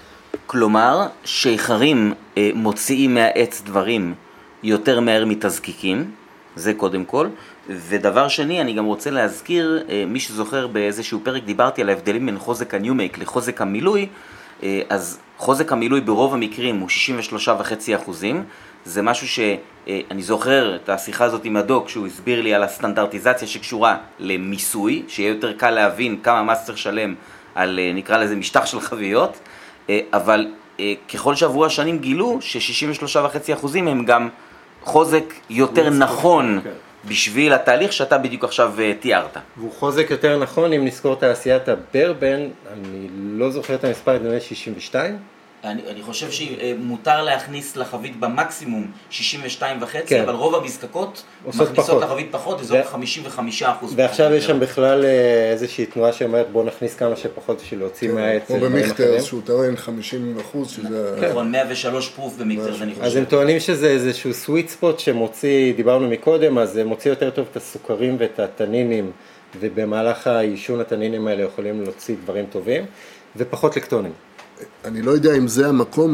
כלומר, שיכרים אה, מוציאים מהעץ דברים יותר מהר מתזקיקים, זה קודם כל. ודבר שני, אני גם רוצה להזכיר, אה, מי שזוכר באיזשהו פרק דיברתי על ההבדלים בין חוזק הניומייק לחוזק המילוי, אה, אז חוזק המילוי ברוב המקרים הוא שישים ושלושה נקודה חמש אחוזים, זה משהו שאני זוכר את השיחה הזאת עם הדוק, שהוא הסביר לי על הסטנדרטיזציה שקשורה למיסוי, שיהיה יותר קל להבין כמה מס צריך לשלם על, נקרא לזה, משטח של חביות, אבל ככל שעברו השנים גילו ש-שישים ושלושה נקודה חמש אחוזים הם גם חוזק יותר נכון בשביל התהליך שאתה בדיוק עכשיו תיארת. והוא חוזק יותר נכון אם נזכור תעשיית הברבן, אני לא זוכר את המספר, נדמה שישים ושתיים? אני, אני חושב שמותר להכניס לחבית במקסימום שישים ושתיים וחצי, כן. אבל רוב המזקקות מכניסות פחות. לחבית פחות, אזור ו... חמישים וחמישה אחוז. ועכשיו יש שם בכלל איזושהי תנועה שאומרת בוא נכניס כמה שפחות בשביל להוציא כן. מהעץ. או במכתר שהוא טוען חמישים אחוז שזה... נכון, מאה ושלוש פרוף במכתר, אני חושב. אז הם טוענים שזה איזשהו סוויט ספוט שמוציא, דיברנו מקודם, אז זה מוציא יותר טוב את הסוכרים ואת הטנינים, ובמהלך העישון הטנינים האלה יכולים להוציא דברים טובים, ופחות לקטונים. אני לא יודע אם זה המקום,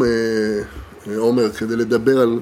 עומר, כדי לדבר על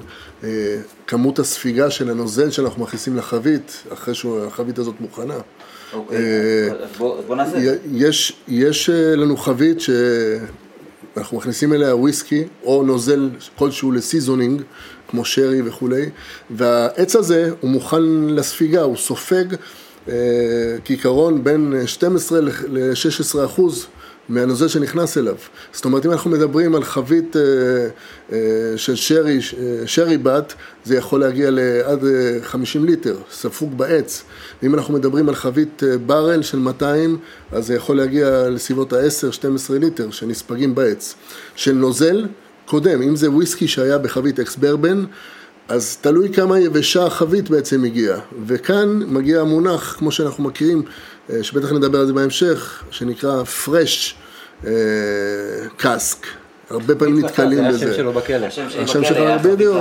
כמות הספיגה של הנוזל שאנחנו מכניסים לחבית, אחרי שהחבית הזאת מוכנה. אוקיי, אז בוא נעשה. יש לנו חבית אנחנו מכניסים אליה וויסקי או נוזל כלשהו לסיזונינג, כמו שרי וכולי, והעץ הזה הוא מוכן לספיגה, הוא סופג אה, כעיקרון בין שתים עשרה ל-שש עשרה אחוז מהנוזל שנכנס אליו. זאת אומרת, אם אנחנו מדברים על חבית אה, אה, של שרי, אה, שרי בת, זה יכול להגיע לעד אה, חמישים ליטר, ספוג בעץ. ואם אנחנו מדברים על חבית אה, ברל של מאתיים, אז זה יכול להגיע לסביבות ה-עשר שתים עשרה ליטר שנספגים בעץ. של נוזל קודם, אם זה וויסקי שהיה בחבית אקס ברבן, אז תלוי כמה יבשה החבית בעצם הגיעה. וכאן מגיע המונח, כמו שאנחנו מכירים, שבטח נדבר על זה בהמשך, שנקרא fresh קאסק. הרבה פעמים נתקלים בזה. זה השם שלו בכלא. השם שלו בדיוק.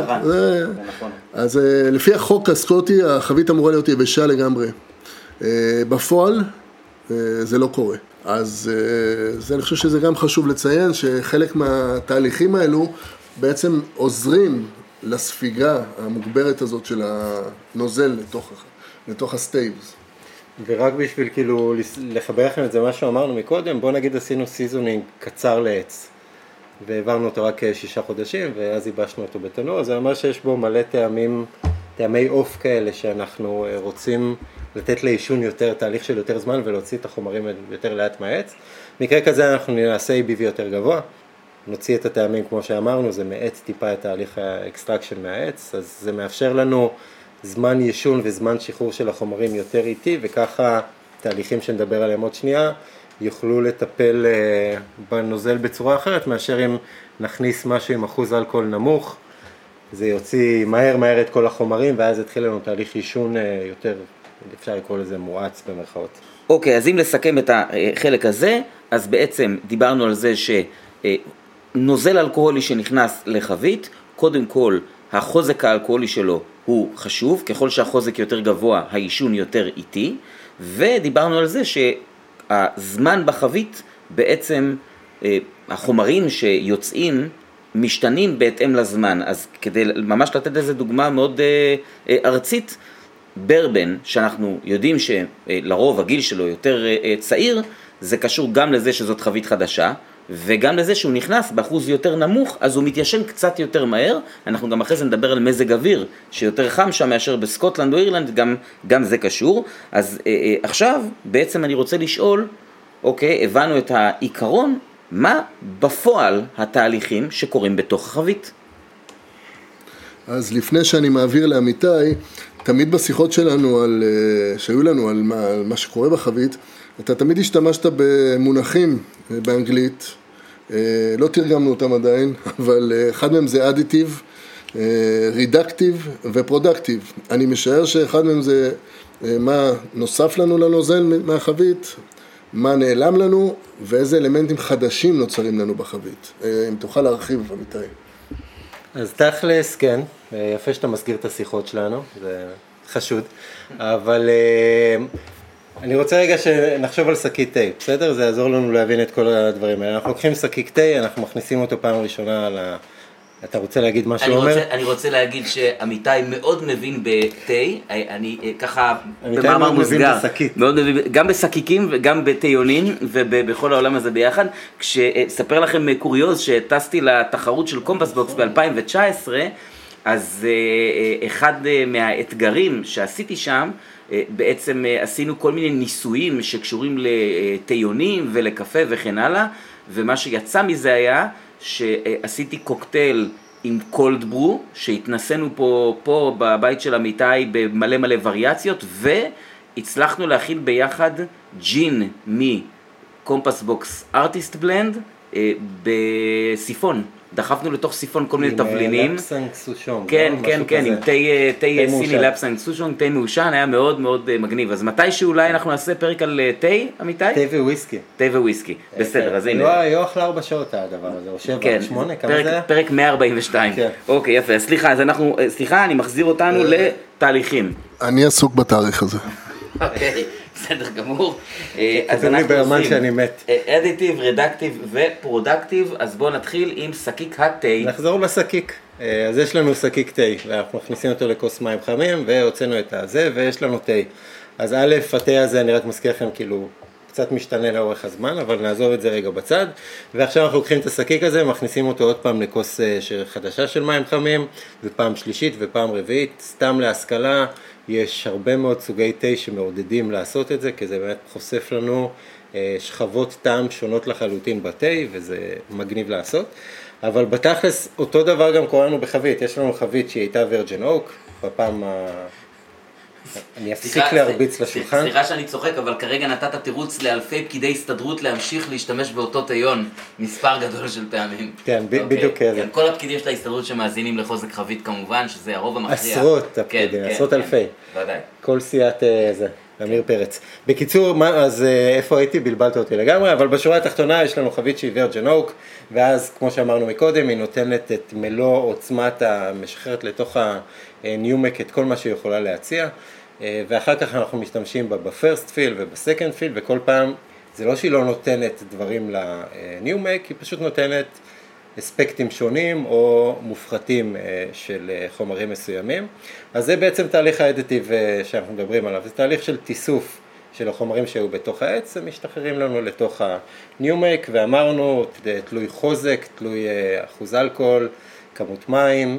אז לפי החוק הסקוטי, החבית אמורה להיות יבשה לגמרי. בפועל, זה לא קורה. אז זה, אני חושב שזה גם חשוב לציין, שחלק מהתהליכים האלו בעצם עוזרים לספיגה המוגברת הזאת של הנוזל לתוך, לתוך הסטייבס. ורק בשביל כאילו לחבר לכם את זה מה שאמרנו מקודם, בוא נגיד עשינו סיזונינג קצר לעץ, והעברנו אותו רק שישה חודשים, ואז ייבשנו אותו בתנור, זה אומר שיש בו מלא טעמים, טעמי אוף כאלה שאנחנו רוצים לתת לאישון יותר, תהליך של יותר זמן, ולהוציא את החומרים יותר לאט מהעץ. מקרה כזה אנחנו נעשה איי בי וי יותר גבוה, נוציא את הטעמים כמו שאמרנו, זה מאט טיפה את תהליך האקסטרקשן מהעץ, אז זה מאפשר לנו זמן יישון וזמן שחרור של החומרים יותר איטי, וככה תהליכים שנדבר עליהם עוד שנייה, יוכלו לטפל בנוזל בצורה אחרת, מאשר אם נכניס משהו עם אחוז אלכוהול נמוך, זה יוציא מהר מהר את כל החומרים, ואז יתחיל לנו תהליך יישון יותר, אפשר לקרוא לזה מואץ במרכאות. אוקיי, אז אם לסכם את החלק הזה, אז בעצם דיברנו על זה שנוזל אלכוהולי שנכנס לחבית, קודם כל החוזק האלכוהולי שלו הוא חשוב, ככל שהחוזק יותר גבוה, האישון יותר איטי, ודיברנו על זה שהזמן בחבית בעצם החומרים שיוצאים משתנים בהתאם לזמן. אז כדי ממש לתת איזו דוגמה מאוד ארצית, ברבן, שאנחנו יודעים שלרוב הגיל שלו יותר צעיר, זה קשור גם לזה שזאת חבית חדשה, וגם לזה שהוא נכנס באחוז יותר נמוך, אז הוא מתיישן קצת יותר מהר. אנחנו גם אחרי זה נדבר על מזג אוויר, שיותר חם שם מאשר בסקוטלנד או אירלנד, גם, גם זה קשור. אז אה, אה, עכשיו בעצם אני רוצה לשאול, אוקיי, הבנו את העיקרון, מה בפועל התהליכים שקורים בתוך החבית? אז לפני שאני מעביר לעמיתי, תמיד בשיחות שלנו, על, שהיו לנו על מה, על מה שקורה בחבית, אתה תמיד השתמשת במונחים באנגלית, לא תרגמנו אותם עדיין, אבל אחד מהם זה אדיטיב, רידקטיב ופרודקטיב. אני משער שאחד מהם זה מה נוסף לנו לנוזל מהחבית, מה נעלם לנו ואיזה אלמנטים חדשים נוצרים לנו בחבית. אם תוכל להרחיב, אמיתי. אז תכלס, כן, יפה שאתה מסגיר את השיחות שלנו, זה חשוד, אבל אני רוצה רגע שנחשוב על שקית תה, בסדר? זה יעזור לנו להבין את כל הדברים האלה. אנחנו לוקחים שקית תה, אנחנו מכניסים אותו פעם ראשונה על ה... אתה רוצה להגיד מה שהוא אומר? אני רוצה להגיד שעמיתי מאוד מבין בתה, אני ככה במאמר מוסגר, מאוד מבין גם בשקיקים וגם בתיונים ובכל העולם הזה ביחד. כשספר לכם קוריוז שטסתי לתחרות של קומפס בוקס ב-אלפיים תשע עשרה, אז אחד מהאתגרים שעשיתי שם, בעצם עשינו כל מיני ניסויים שקשורים לתיונים ולקפה וכן הלאה, ומה שיצא מזה היה שעשיתי קוקטייל עם קולד ברו, שהתנסינו פה, פה בבית של עמיתי במלא מלא וריאציות, והצלחנו להכין ביחד ג'ין מקומפס בוקס ארטיסט בלנד בסיפון. דחפנו לתוך סיפון כל מיני תבלינים. עם לפסנג סושון. כן, כן, כן, עם תה סיני לפסנג סושון, תה מעושן, היה מאוד מאוד מגניב. אז מתי שאולי אנחנו נעשה פרק על תה, עמיתי? תה וויסקי. תה וויסקי, בסדר, אז הנה. לא, היו אחלה ארבע שעות הדבר הזה, או שבע, שמונה, כמה זה? פרק מאה ארבעים ותשתיים. אוקיי, יפה, סליחה, אז אנחנו, סליחה, אני מחזיר אותנו לתהליכים. אני עסוק בתאריך הזה. אוקיי. בסדר גמור. אז אנחנו ברמן שאני מת. אדיטיב, רדקטיב ופרודקטיב, אז בואו נתחיל עם שקיק התה. נחזור לשקיק. אז יש לנו שקיק תה, ואנחנו מכניסים אותו לכוס מים חמים, והוצאנו את הזה, ויש לנו תה. אז א', התה הזה, אני רק מזכיר לכם, כאילו, קצת משתנה לאורך הזמן, אבל נעזוב את זה רגע בצד. ועכשיו אנחנו לוקחים את השקיק הזה, מכניסים אותו עוד פעם לכוס חדשה של מים חמים, ופעם שלישית ופעם רביעית. סתם להשכלה, יש הרבה מאוד סוגי תה שמעודדים לעשות את זה, כי זה באמת חושף לנו שכבות טעם שונות לחלוטין בתה, וזה מגניב לעשות. אבל בתכלס, אותו דבר גם קורה לנו בחבית. יש לנו חבית שהיא הייתה וירג'ן אוק, בפעם ה... אני אפסיק להרביץ לשולחן. סליחה שאני צוחק, אבל כרגע נתת תירוץ לאלפי פקידי הסתדרות להמשיך להשתמש באותו טיון מספר גדול של פעמים. כן, בדיוק כזה. כל הפקידים של ההסתדרות שמאזינים לחוזק חבית כמובן, שזה הרוב המכריע. עשרות הפקידים, עשרות אלפי. ודאי. כל סיעת זה, אמיר פרץ. בקיצור, אז איפה הייתי? בלבלת אותי לגמרי, אבל בשורה התחתונה יש לנו חבית שהיא וירג'ן אוק, ואז כמו שאמרנו מקודם, היא נותנת את מלוא עוצמת המשחררת לתוך הניומק את כל מה שהיא יכולה להציע. ואחר כך אנחנו משתמשים בה בפרסט פיל ובסקנד פיל, וכל פעם זה לא שהיא לא נותנת דברים לניומק, היא פשוט נותנת אספקטים שונים או מופחתים של חומרים מסוימים. אז זה בעצם תהליך האדיטיב שאנחנו מדברים עליו, זה תהליך של תיסוף של החומרים שהיו בתוך העץ, הם משתחררים לנו לתוך הניומק, ואמרנו תלוי חוזק, תלוי אחוז אלכוהול, כמות מים,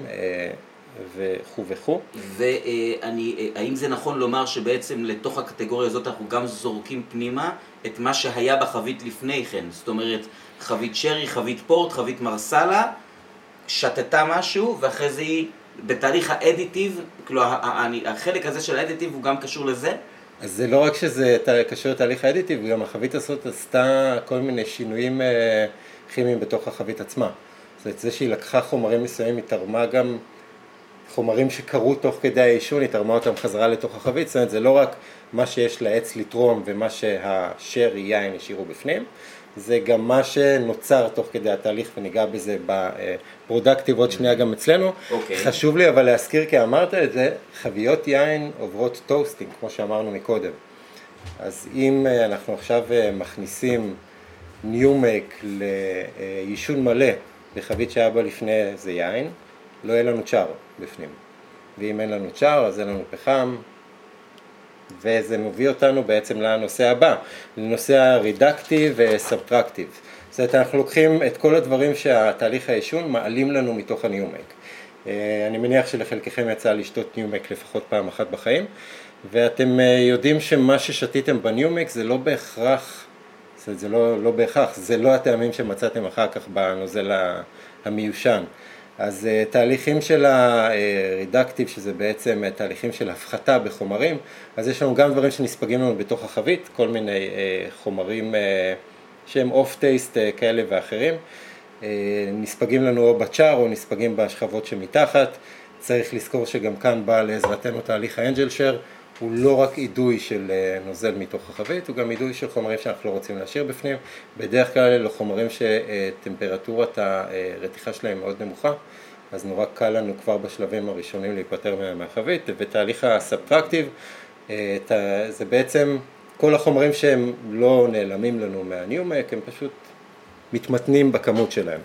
וכו' וכו'. ואני, האם זה נכון לומר שבעצם לתוך הקטגוריה הזאת אנחנו גם זורקים פנימה את מה שהיה בחבית לפני כן? זאת אומרת, חבית שרי, חבית פורט, חבית מרסלה, שתתה משהו, ואחרי זה היא בתהליך האדיטיב, כלומר, החלק הזה של האדיטיב הוא גם קשור לזה? אז זה לא רק שזה קשור לתהליך האדיטיב, גם החבית הזאת עשתה כל מיני שינויים כימיים בתוך החבית עצמה. זאת אומרת, זה שהיא לקחה חומרים מסוימים, היא תרמה גם חומרים שקרו תוך כדי העישון, היא תרמה אותם חזרה לתוך החבית, זאת אומרת, זה לא רק מה שיש לעץ לתרום ומה שהשרי יין השאירו בפנים, זה גם מה שנוצר תוך כדי התהליך, וניגע בזה בפרודקטיב עוד שנייה גם אצלנו. Okay. חשוב לי אבל להזכיר, כי אמרת את זה, חביות יין עוברות טוסטינג, כמו שאמרנו מקודם. אז אם אנחנו עכשיו מכניסים ניומק ליישון מלא בחבית שהיה בה לפני זה יין, לא יהיה לנו צ'אר בפנים. ואם אין לנו צ'אר, אז אין לנו פחם, וזה מביא אותנו בעצם לנושא הבא, לנושא הרידקטיב וסאבטרקטיב. זאת אומרת, אנחנו לוקחים את כל הדברים שהתהליך העישון מעלים לנו מתוך הניומק. אני מניח שלחלקכם יצא לשתות ניומק לפחות פעם אחת בחיים, ואתם יודעים שמה ששתיתם בניומק זה לא בהכרח, זאת אומרת, זה לא, לא בהכרח, זה לא הטעמים שמצאתם אחר כך בנוזל המיושן. אז תהליכים של הרידקטיב, שזה בעצם תהליכים של הפחתה בחומרים, אז יש לנו גם דברים שנספגים לנו בתוך החבית, כל מיני חומרים שהם אוף טייסט כאלה ואחרים, נספגים לנו או בצ'אר או נספגים בשכבות שמתחת. צריך לזכור שגם כאן בא לעזרתנו תהליך האנג'ל שר, הוא לא רק אידוי של נוזל מתוך החבית, הוא גם אידוי של חומרים שאנחנו לא רוצים להשאיר בפנים. בדרך כלל אלה חומרים שטמפרטורת הרתיחה שלהם מאוד נמוכה, אז נורא קל לנו כבר בשלבים הראשונים להיפטר מהחבית. ותהליך הסאבטרקטיב, זה בעצם כל החומרים שהם לא נעלמים לנו מהניומק, הם פשוט מתמתנים בכמות שלהם.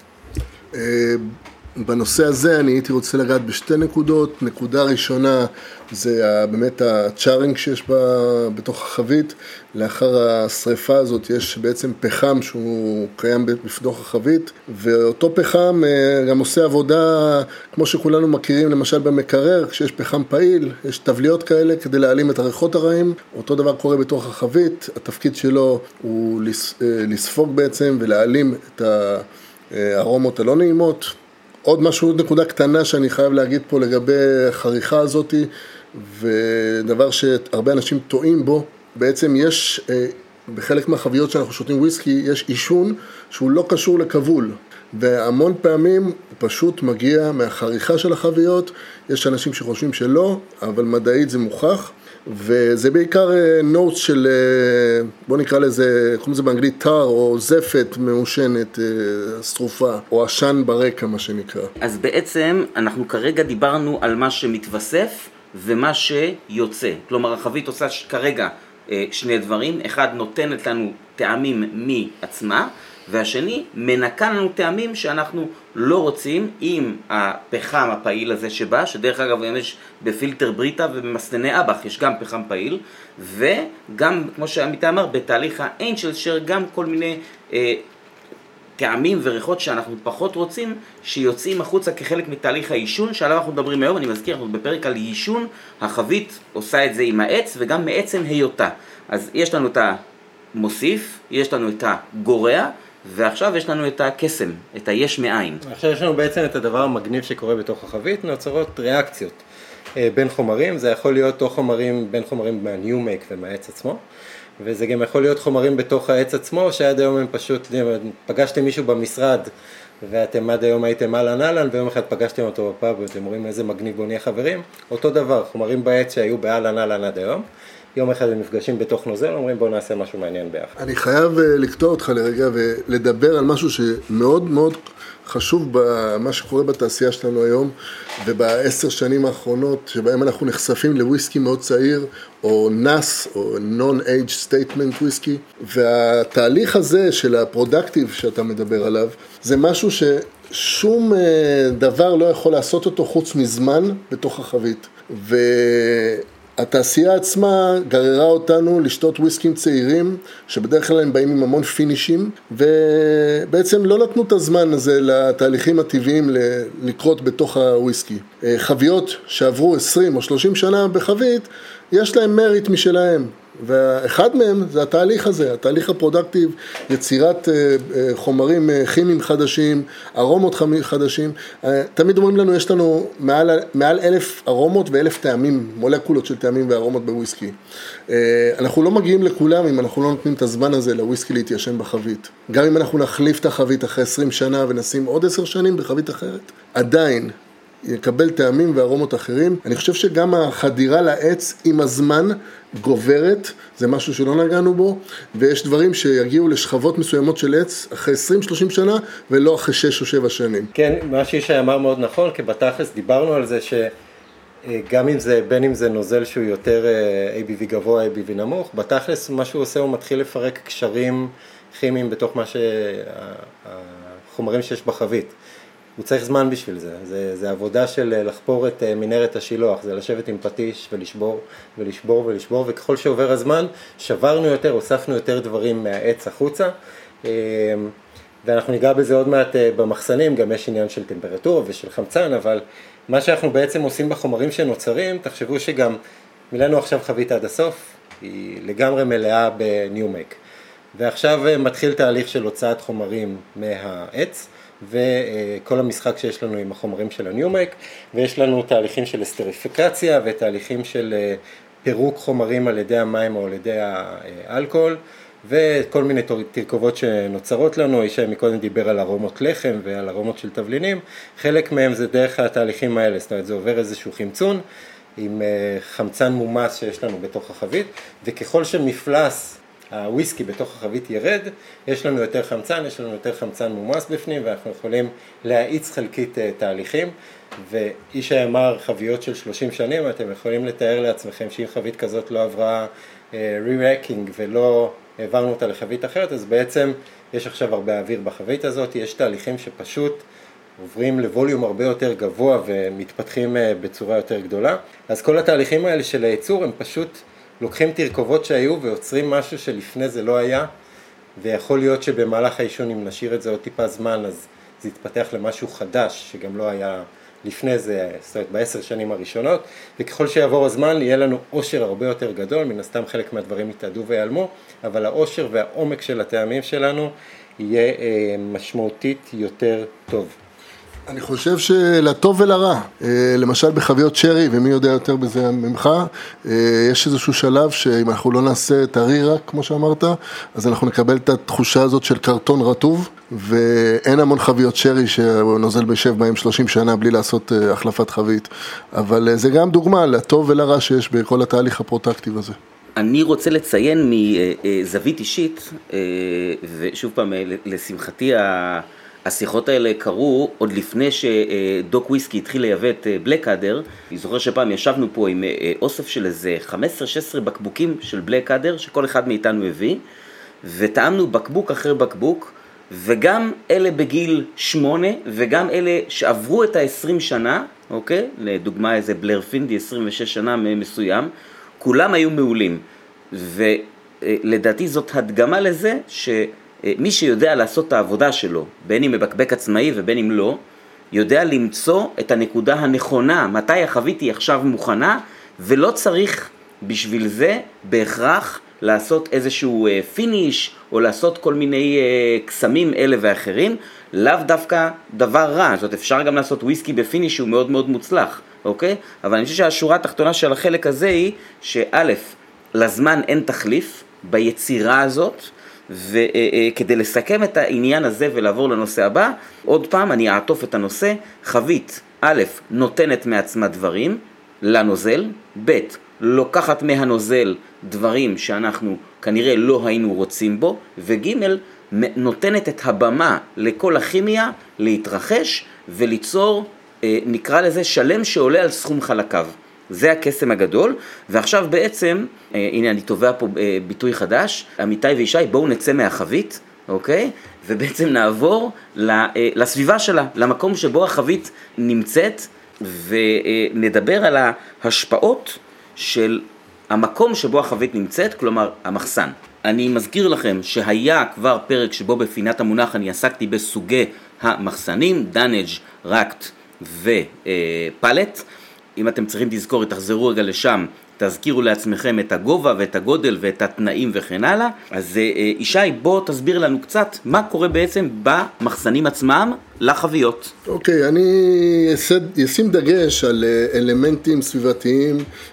בנושא הזה אני הייתי רוצה לגעת בשתי נקודות. נקודה ראשונה זה באמת הצ'ארינג שיש בה בתוך החבית. לאחר השריפה הזאת יש בעצם פחם שהוא קיים בתוך החבית, ואותו פחם גם עושה עבודה כמו שכולנו מכירים למשל במקרר, כשיש פחם פעיל, יש תבליות כאלה כדי להעלים את הריחות הרעים. אותו דבר קורה בתוך החבית, התפקיד שלו הוא לספוג בעצם ולהעלים את הארומות הלא נעימות. עוד משהו, נקודה קטנה שאני חייב להגיד פה לגבי החריכה הזאת, ודבר שהרבה אנשים טועים בו, בעצם יש, בחלק מהחביות שאנחנו שותים וויסקי, יש עישון שהוא לא קשור לכבול, והמון פעמים הוא פשוט מגיע מהחריכה של החביות. יש אנשים שחושבים שלא, אבל מדעית זה מוכח, וזה בעיקר נוטס של, בוא נקרא לזה, קוראים לזה באנגלית טאר או זפת מעושנת, שרופה, או עשן ברקע מה שנקרא. אז בעצם אנחנו כרגע דיברנו על מה שמתווסף ומה שיוצא. כלומר, החבית עושה כרגע שני דברים. אחד, נותנת לנו טעמים מעצמה, והשני מנקה לנו טעמים שאנחנו לא רוצים עם הפחם הפעיל הזה שבא, שדרך אגב יש בפילטר בריטה ובמסנני אבח יש גם פחם פעיל, וגם כמו שעמית אמר בתהליך האנג'ל שר גם כל מיני אה, טעמים וריחות שאנחנו פחות רוצים שיוצאים החוצה כחלק מתהליך העישון שעליו אנחנו מדברים היום. אני מזכיר, אנחנו בפרק על עישון, החבית עושה את זה עם העץ וגם מעצם היותה. אז יש לנו את המוסיף, יש לנו את הגורע, ועכשיו יש לנו את הקסם, את היש מאין. עכשיו יש לנו בעצם את הדבר המגניב שקורה בתוך החבית, נוצרות ריאקציות בין חומרים, זה יכול להיות או חומרים בין חומרים מהניומייק ומהעץ עצמו, וזה גם יכול להיות חומרים בתוך העץ עצמו, שעד היום הם פשוט, פגשתם מישהו במשרד, ואתם עד היום הייתם אהלן אהלן, ויום אחד פגשתם אותו בפאב, ואתם אומרים איזה מגניב בוא נהיה חברים, אותו דבר, חומרים בעץ שהיו באהלן אהלן עד היום, יום אחד הם נפגשים בתוך נוזל, אומרים בוא נעשה משהו מעניין ביחד. אני חייב לקטוע אותך לרגע ולדבר על משהו שמאוד מאוד חשוב במה שקורה בתעשייה שלנו היום, ובעשר שנים האחרונות, שבהם אנחנו נחשפים לוויסקי מאוד צעיר, או נאס, או Non-Age Statement וויסקי, והתהליך הזה של הפרודקטיב שאתה מדבר עליו, זה משהו ששום דבר לא יכול לעשות אותו חוץ מזמן בתוך החבית. ו... התעשייה עצמה גררה אותנו לשתות וויסקים צעירים, שבדרך כלל הם באים עם המון פינישים, ובעצם לא נתנו את הזמן הזה לתהליכים הטבעיים לקרות בתוך הוויסקי. חביות שעברו עשרים או שלושים שנה בחבית, יש להם מריט משלהם. ואחד מהם זה התהליך הזה, התהליך הפרודקטיב, יצירת חומרים כימיים חדשים, ארומות חדשים. תמיד אומרים לנו, יש לנו מעל, מעל אלף ארומות ואלף טעמים, מולקולות של טעמים וארומות בוויסקי. אנחנו לא מגיעים לכולם אם אנחנו לא נותנים את הזמן הזה לוויסקי להתיישן בחבית. גם אם אנחנו נחליף את החבית אחרי עשרים שנה ונשים עוד עשר שנים בחבית אחרת, עדיין יקבל טעמים וארומות אחרים. אני חושב שגם החדירה לעץ עם הזמן גוברת, זה משהו שלא נגענו בו, ויש דברים שיגיעו לשכבות מסוימות של עץ אחרי עשרים שלושים שנה, ולא אחרי שש או שבע שנים. כן, מה שישי אמר מאוד נכון, כי בתכלס דיברנו על זה שגם אם זה, בין אם זה נוזל שהוא יותר איי בי וי גבוה, איי בי וי נמוך, בתכלס מה שהוא עושה הוא מתחיל לפרק קשרים כימיים בתוך מה שהחומרים שיש בחבית. הוא צריך זמן בשביל זה. זה, זה עבודה של לחפור את מנהרת השילוח, זה לשבת עם פטיש ולשבור ולשבור ולשבור, וככל שעובר הזמן שברנו יותר, הוספנו יותר דברים מהעץ החוצה, ואנחנו ניגע בזה עוד מעט במחסנים, גם יש עניין של טמפרטורה ושל חמצן, אבל מה שאנחנו בעצם עושים בחומרים שנוצרים, תחשבו שגם מילאנו עכשיו חבית עד הסוף, היא לגמרי מלאה בניומייק, ועכשיו מתחיל תהליך של הוצאת חומרים מהעץ, וכל המשחק שיש לנו עם החומרים של הניומייק, ויש לנו תהליכים של אסטריפיקציה ותהליכים של פירוק חומרים על ידי המים או על ידי האלכוהול, וכל מיני תרכובות שנוצרות לנו. ישי מקודם דיבר על ארומות לחם ועל ארומות של תבלינים, חלק מהם זה דרך התהליכים האלה, זאת אומרת זה עובר איזשהו חמצון עם חמצן מומס שיש לנו בתוך החבית, וככל שמפלס הוויסקי בתוך החבית ירד, יש לנו יותר חמצן, יש לנו יותר חמצן מומס בפנים, ואנחנו יכולים להאיץ חלקית תהליכים, ואיש אמר חביות של שלושים שנים, אתם יכולים לתאר לעצמכם שאם חבית כזאת לא עברה re-racking ולא העברנו אותה לחבית אחרת, אז בעצם יש עכשיו הרבה אוויר בחבית הזאת, יש תהליכים שפשוט עוברים לווליום הרבה יותר גבוה ומתפתחים בצורה יותר גדולה, אז כל התהליכים האלה של הייצור הם פשוט לוקחים תרכובות שהיו ויוצרים משהו שלפני זה לא היה, ויכול להיות שבמהלך העישון אם נשאיר את זה עוד טיפה זמן, אז זה יתפתח למשהו חדש שגם לא היה לפני זה, זאת אומרת בעשר שנים הראשונות, וככל שיעבור הזמן יהיה לנו עושר הרבה יותר גדול, מן הסתם חלק מהדברים יתעדו ויעלמו, אבל העושר והעומק של הטעמים שלנו יהיה משמעותית יותר טוב. אני חושב שלטוב ולרע, למשל בחביות שרי, ומי יודע יותר בזה ממך, יש איזשהו שלב שאם אנחנו לא נעשה את הרירה, כמו שאמרת, אז אנחנו נקבל את התחושה הזאת של קרטון רטוב, ואין המון חביות שרי שנוזל בישב בהם שלושים שנה בלי לעשות החלפת חבית, אבל זה גם דוגמה לטוב ולרע שיש בכל התהליך הפרוטקטיב הזה. אני רוצה לציין מזווית אישית, ושוב פעם, לשמחתי השיחות האלה קרו עוד לפני שדוק וויסקי התחיל לייבא את בלקאדר. אני זוכר שפעם ישבנו פה עם אוסף של איזה חמש עשרה שש עשרה בקבוקים של בלקאדר, שכל אחד מאיתנו הביא, וטעמנו בקבוק אחרי בקבוק, וגם אלה בגיל שמונה, וגם אלה שעברו את ה-עשרים שנה, אוקיי? לדוגמה איזה בלר פינדי, עשרים ושש שנה מסוים, כולם היו מעולים. ולדעתי זאת הדגמה לזה שמי שיודע לעשות את העבודה שלו, בין אם מבקבק עצמאי ובין אם לא, יודע למצוא את הנקודה הנכונה, מתי החבית היא עכשיו מוכנה, ולא צריך בשביל זה בהכרח לעשות איזשהו פיניש, או לעשות כל מיני קסמים אלה ואחרים, לאו דווקא דבר רע. זאת אפשר גם לעשות וויסקי בפיניש שהוא מאוד מאוד מוצלח, אוקיי? אבל אני חושב שהשורה התחתונה של החלק הזה היא, שא', לזמן אין תחליף ביצירה הזאת, וכדי לסכם את העניין הזה ולעבור לנושא הבא, עוד פעם אני אעטוף את הנושא. חבית, א', נותנת מעצמה דברים לנוזל, ב', לוקחת מהנוזל דברים שאנחנו כנראה לא היינו רוצים בו, וג', נותנת את הבמה לכל הכימיה להתרחש וליצור, נקרא לזה, שלם שעולה על סכום חלקיו. זה הקסם הגדול. ועכשיו בעצם, הנה אני תובע פה ביטוי חדש, עמיתי וישי, בואו נצא מהחבית, אוקיי? ובעצם נעבור לסביבה שלה, למקום שבו החבית נמצאת, ונדבר על ההשפעות של המקום שבו החבית נמצאת, כלומר המחסן. אני מזכיר לכם שהיה כבר פרק שבו בפינת המונח אני עסקתי בסוגי המחסנים, דאנג', רקט ופלט. אם אתם צריכים תזכור, תחזרו רגע לשם, תזכירו לעצמכם את הגובה ואת הגודל ואת התנאים וכן הלאה. אז ישי, בוא תסביר לנו קצת מה קורה בעצם במחסנים עצמם לחביות. אוקיי, אני אשים דגש על אלמנטים סביבתיים,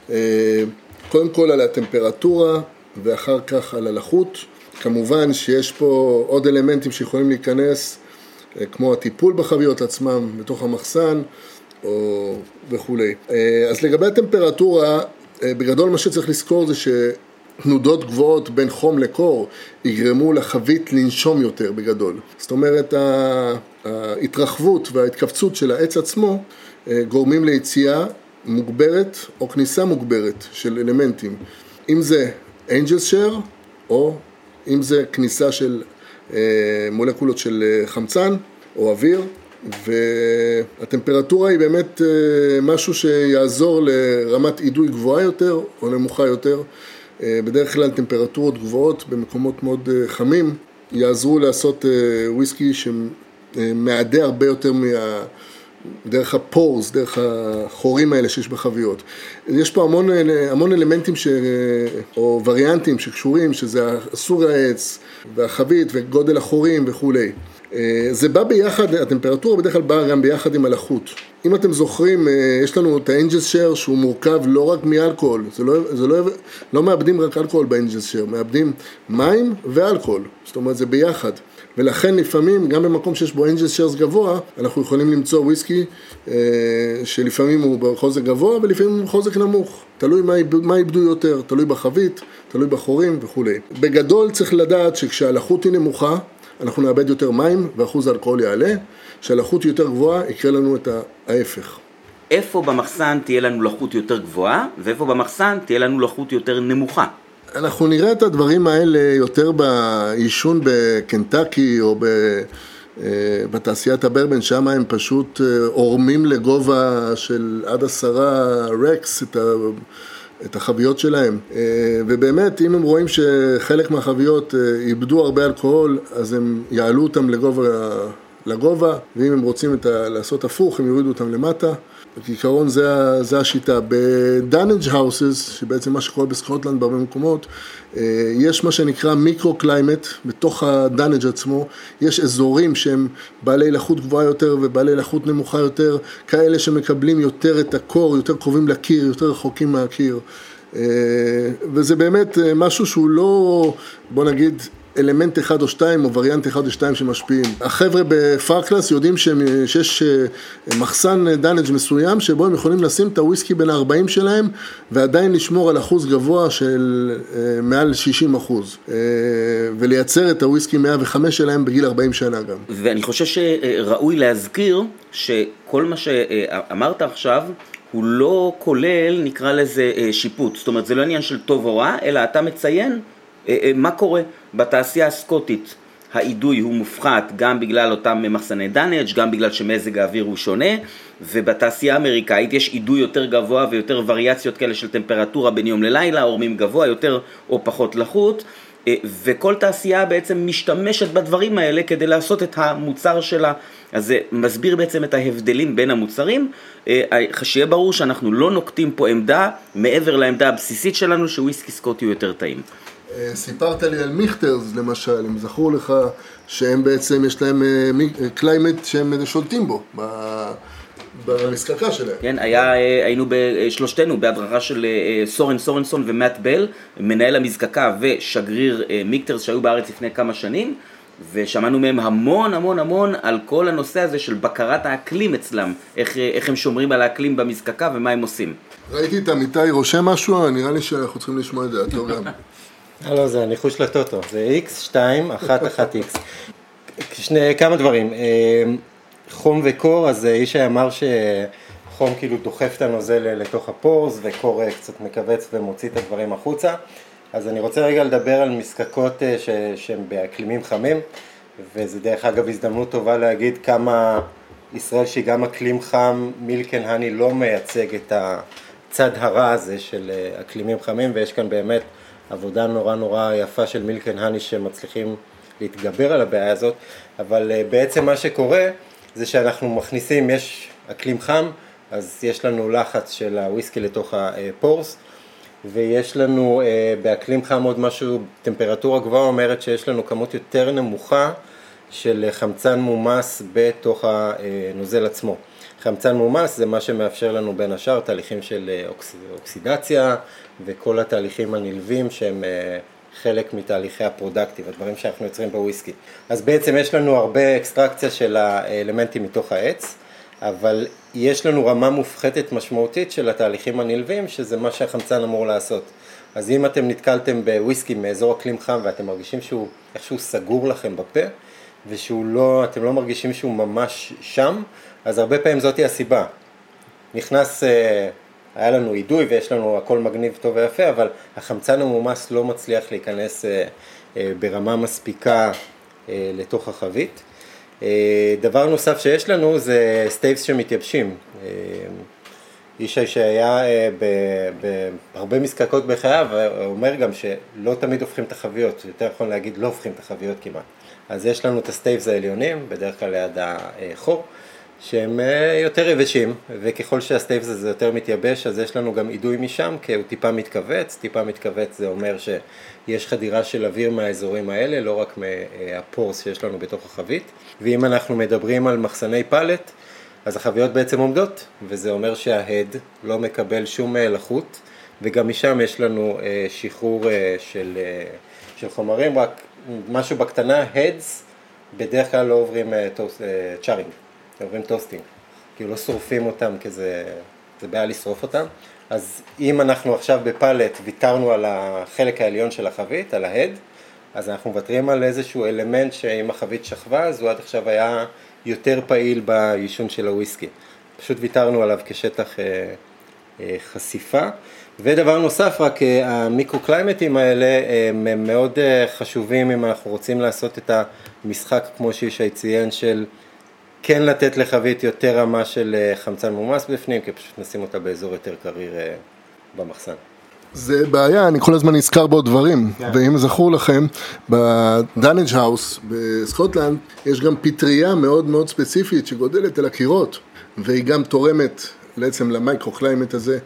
קודם כל על הטמפרטורה ואחר כך על הלחות. כמובן שיש פה עוד אלמנטים שיכולים להיכנס, כמו הטיפול בחביות עצמם בתוך המחסן, או וכולי. אז לגבי הטמפרטורה, בגדול מה שצריך לזכור זה שתנודות גבוהות בין חום לקור יגרמו לחבית לנשום יותר בגדול. זאת אומרת, ההתרחבות וההתכווצות של העץ עצמו גורמים ליציאה מוגברת או כניסה מוגברת של אלמנטים. אם זה אנג'ל שייר, או אם זה כניסה של מולקולות של חמצן או אוויר, והטמפרטורה היא באמת משהו שיעזור לרמת אידוי גבוהה יותר או נמוכה יותר. בדרך כלל טמפרטורות גבוהות במקומות מאוד חמים יעזרו לעשות וויסקי שמעדה הרבה יותר מה... דרך הפורס, דרך החורים האלה שיש בחביות. יש פה המון, המון אלמנטים ש... או וריאנטים שקשורים, שזה הסוג העץ והחבית וגודל החורים וכולי. זה בא ביחד, הטמפרטורה בדרך כלל באה גם ביחד עם הלחות. אם אתם זוכרים, יש לנו את האנג'ל שייר שהוא מורכב לא רק מאלכוהול, זה לא, זה לא, לא מאבדים רק אלכוהול באנג'ל שייר, מאבדים מים ואלכוהול, זאת אומרת זה ביחד. ולכן לפעמים, גם במקום שיש בו אנג'ל שיירס גבוה, אנחנו יכולים למצוא וויסקי שלפעמים הוא בחוזק גבוה ולפעמים הוא בחוזק נמוך. תלוי מה, מה איבדו יותר, תלוי בחבית, תלוי בחורים וכו'. בגדול צריך לדעת שכשהלחות היא נמוכה, אנחנו נאבד יותר מים ואחוז האלכוהול יעלה, כשהלחות היא יותר גבוהה יקרה לנו את ההפך. איפה במחסן תהיה לנו לחות יותר גבוהה, ואיפה במחסן תהיה לנו לחות יותר נמוכה? אנחנו נראה את הדברים האלה יותר בעישון בקנטקי או בתעשיית הברבן, שם הם פשוט עורמים לגובה של עד עשרה רקס את ה... את החביות שלהם. ובאמת, אם הם רואים שחלק מהחביות איבדו הרבה אלכוהול, אז הם יעלו אותם לגובה, לגובה, ואם הם רוצים את ה... לעשות הפוך, הם יורידו אותם למטה. בעיקרון זה, זה השיטה. בדאנג' האוסס, שבעצם מה שקורה בסקוטלנד בהרבה מקומות, יש מה שנקרא מיקרו-קליימט, בתוך הדאנג' עצמו, יש אזורים שהם בעלי לחות גבוהה יותר ובעלי לחות נמוכה יותר, כאלה שמקבלים יותר את הקור, יותר קרובים לקיר, יותר רחוקים מהקיר. וזה באמת משהו שהוא לא, בוא נגיד, אלמנט אחד או שתיים או וריאנט אחד או שתיים שמשפיעים. החבר'ה בפארקלאס יודעים שיש מחסן דאנג' מסוים שבו הם יכולים לשים את הוויסקי בין ה-ארבעים שלהם ועדיין לשמור על אחוז גבוה של מעל שישים אחוז ולייצר את הוויסקי מאה וחמש שלהם בגיל ארבעים שנה גם. ואני חושב שראוי להזכיר שכל מה שאמרת עכשיו הוא לא כולל, נקרא לזה, שיפוט. זאת אומרת, זה לא עניין של טוב או רע, אלא אתה מציין מה קורה בתעשייה הסקוטית האידוי הוא מופחת גם בגלל אותם מחסני דנג', גם בגלל שמזג האוויר הוא שונה, ובתעשייה האמריקאית יש אידוי יותר גבוה ויותר וריאציות כאלה של טמפרטורה בין יום ללילה, עורמים גבוה יותר או פחות לחות, וכל תעשייה בעצם משתמשת בדברים האלה כדי לעשות את המוצר שלה. אז זה מסביר בעצם את ההבדלים בין המוצרים. שיהיה ברור שאנחנו לא נוקטים פה עמדה מעבר לעמדה הבסיסית שלנו שוויסקי סקוטי הוא יותר טעים. סיפרת לי על מיכטרס למשל, הם זכרו לך שהם בעצם יש להם קליימט שהם שולטים בו במזקקה שלהם. כן, היה, היינו בשלושתנו בהדרכה של סורן סורנסון ומאט בל, מנהל המזקקה ושגריר מיכטרס שהיו בארץ לפני כמה שנים, ושמענו מהם המון המון המון על כל הנושא הזה של בקרת האקלים אצלם, איך, איך הם שומרים על האקלים במזקקה ומה הם עושים. ראיתי את עמיתי רושם משהו, נראה לי שאנחנו צריכים לשמוע את דעתו גם. לא, זה הניחוש לטוטו, זה איקס שתיים אחת אחת איקס. שני, כמה דברים, חום וקור, אז איש אמר שחום כאילו דוחף את הנוזל לתוך הפורס, וקור קצת מקבץ ומוציא את הדברים החוצה. אז אני רוצה רגע לדבר על מזקקות שהן באקלימים חמים, וזה דרך אגב הזדמנות טובה להגיד כמה ישראל שהיא גם אקלים חם, מילק אנד הני לא מייצג את הצד הרע הזה של אקלימים חמים, ויש כאן באמת עבודה נורא נורא יפה של מילק אנד הני שמצליחים להתגבר על הבעיה הזאת, אבל בעצם מה שקורה זה שאנחנו מכניסים, יש אקלים חם, אז יש לנו לחץ של הוויסקי לתוך הפורס, ויש לנו באקלים חם עוד משהו, טמפרטורה גבוהה אומרת שיש לנו כמות יותר נמוכה של חמצן מומס בתוך הנוזל עצמו. חמצן מומס זה מה שמאפשר לנו בין השאר תהליכים של אוקסידציה וכל התהליכים הנלווים שהם חלק מתהליכי הפרודקטיב, הדברים שאנחנו יוצרים בוויסקי. אז בעצם יש לנו הרבה אקסטרקציה של האלמנטים מתוך העץ, אבל יש לנו רמה מופחתת משמעותית של התהליכים הנלווים, שזה מה שהחמצן אמור לעשות. אז אם אתם נתקלתם בוויסקי מאזור אקלים חם ואתם מרגישים שהוא איכשהו סגור לכם בפה, ושהוא לא, אתם לא מרגישים שהוא ממש שם, אז הרבה פעמים זאת היא הסיבה. נכנס, היה לנו עידוי ויש לנו הכל מגניב טוב ויפה, אבל החמצן המומס לא מצליח להיכנס ברמה מספיקה לתוך החבית. דבר נוסף שיש לנו זה סטייבס שמתייבשים. אישי שהיה בהרבה מזקקות בחייו, הוא אומר גם שלא תמיד הופכים את החביות, יותר נכון להגיד לא הופכים את החביות כמעט. אז יש לנו את הסטייבס העליונים, בדרך כלל ליד החור, שהם יותר יבשים, וככל שהסטייבס הזה יותר מתייבש, אז יש לנו גם עידוי משם, כי הוא טיפה מתכווץ, טיפה מתכווץ זה אומר שיש חדירה של אוויר מהאזורים האלה, לא רק מהפורס שיש לנו בתוך החבית, ואם אנחנו מדברים על מחסני פלט, אז החביות בעצם עומדות, וזה אומר שההד לא מקבל שום לחות, וגם משם יש לנו שחרור של, של חומרים, רק משהו בקטנה, הדס בדרך כלל לא עוברים צ'ארינג, עוברים טוסטינג, כאילו לא שורפים אותם, כי זה, זה בעיה לשרוף אותם. אז אם אנחנו עכשיו בפלט ויתרנו על החלק העליון של החבית, על ההד, אז אנחנו מוותרים על איזשהו אלמנט שאם החבית שכבה, אז הוא עד עכשיו היה יותר פעיל ביישון של הוויסקי. פשוט ויתרנו עליו כשטח אה, אה, חשיפה. ודבר נוסף, רק המיקרו-קליימטים האלה הם מאוד חשובים אם אנחנו רוצים לעשות את המשחק, כמו שישי ציין, של כן לתת לחבית יותר רמה של חמצן מומס בפנים, כי פשוט נשים אותה באזור יותר קריר במחסן. זה בעיה, אני כל הזמן נזכר בו דברים, yeah. ואם זכור לכם, בדנג' האוס בסקוטלנד יש גם פטריה מאוד מאוד ספציפית שגודלת על הקירות, והיא גם תורמת בעצם למייקרו-קליימט הזה,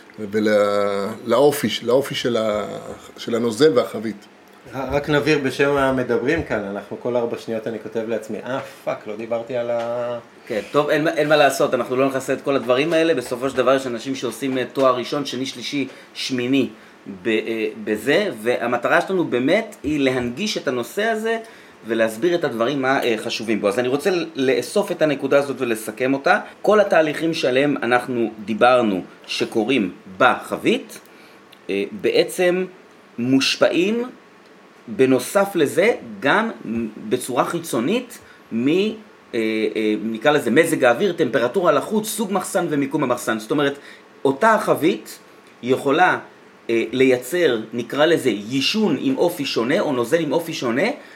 ולאופי, לאופי של, ה, של הנוזל והחבית. רק נבהיר בשם המדברים כאן, אנחנו כל ארבע שניות אני כותב לעצמי, אה פאק, לא דיברתי על ה... כן, טוב, אין, אין מה לעשות, אנחנו לא נכנסה את כל הדברים האלה, בסופו של דבר יש אנשים שעושים תואר ראשון, שני, שלישי, שמיני בזה, והמטרה שלנו באמת היא להנגיש את הנושא הזה, ולהסביר את הדברים מה חשובים בו. אז אני רוצה לאסוף את הנקודה הזאת ולסכם אותה. כל התהליכים שעליהם אנחנו דיברנו שקורים בחבית, בעצם מושפעים בנוסף לזה גם בצורה חיצונית מ... נקרא לזה מזג האוויר, טמפרטורה לחוץ, סוג מחסן ומיקום המחסן. זאת אומרת, אותה החבית יכולה לייצר, נקרא לזה, יישון עם אופי שונה או נוזל עם אופי שונה,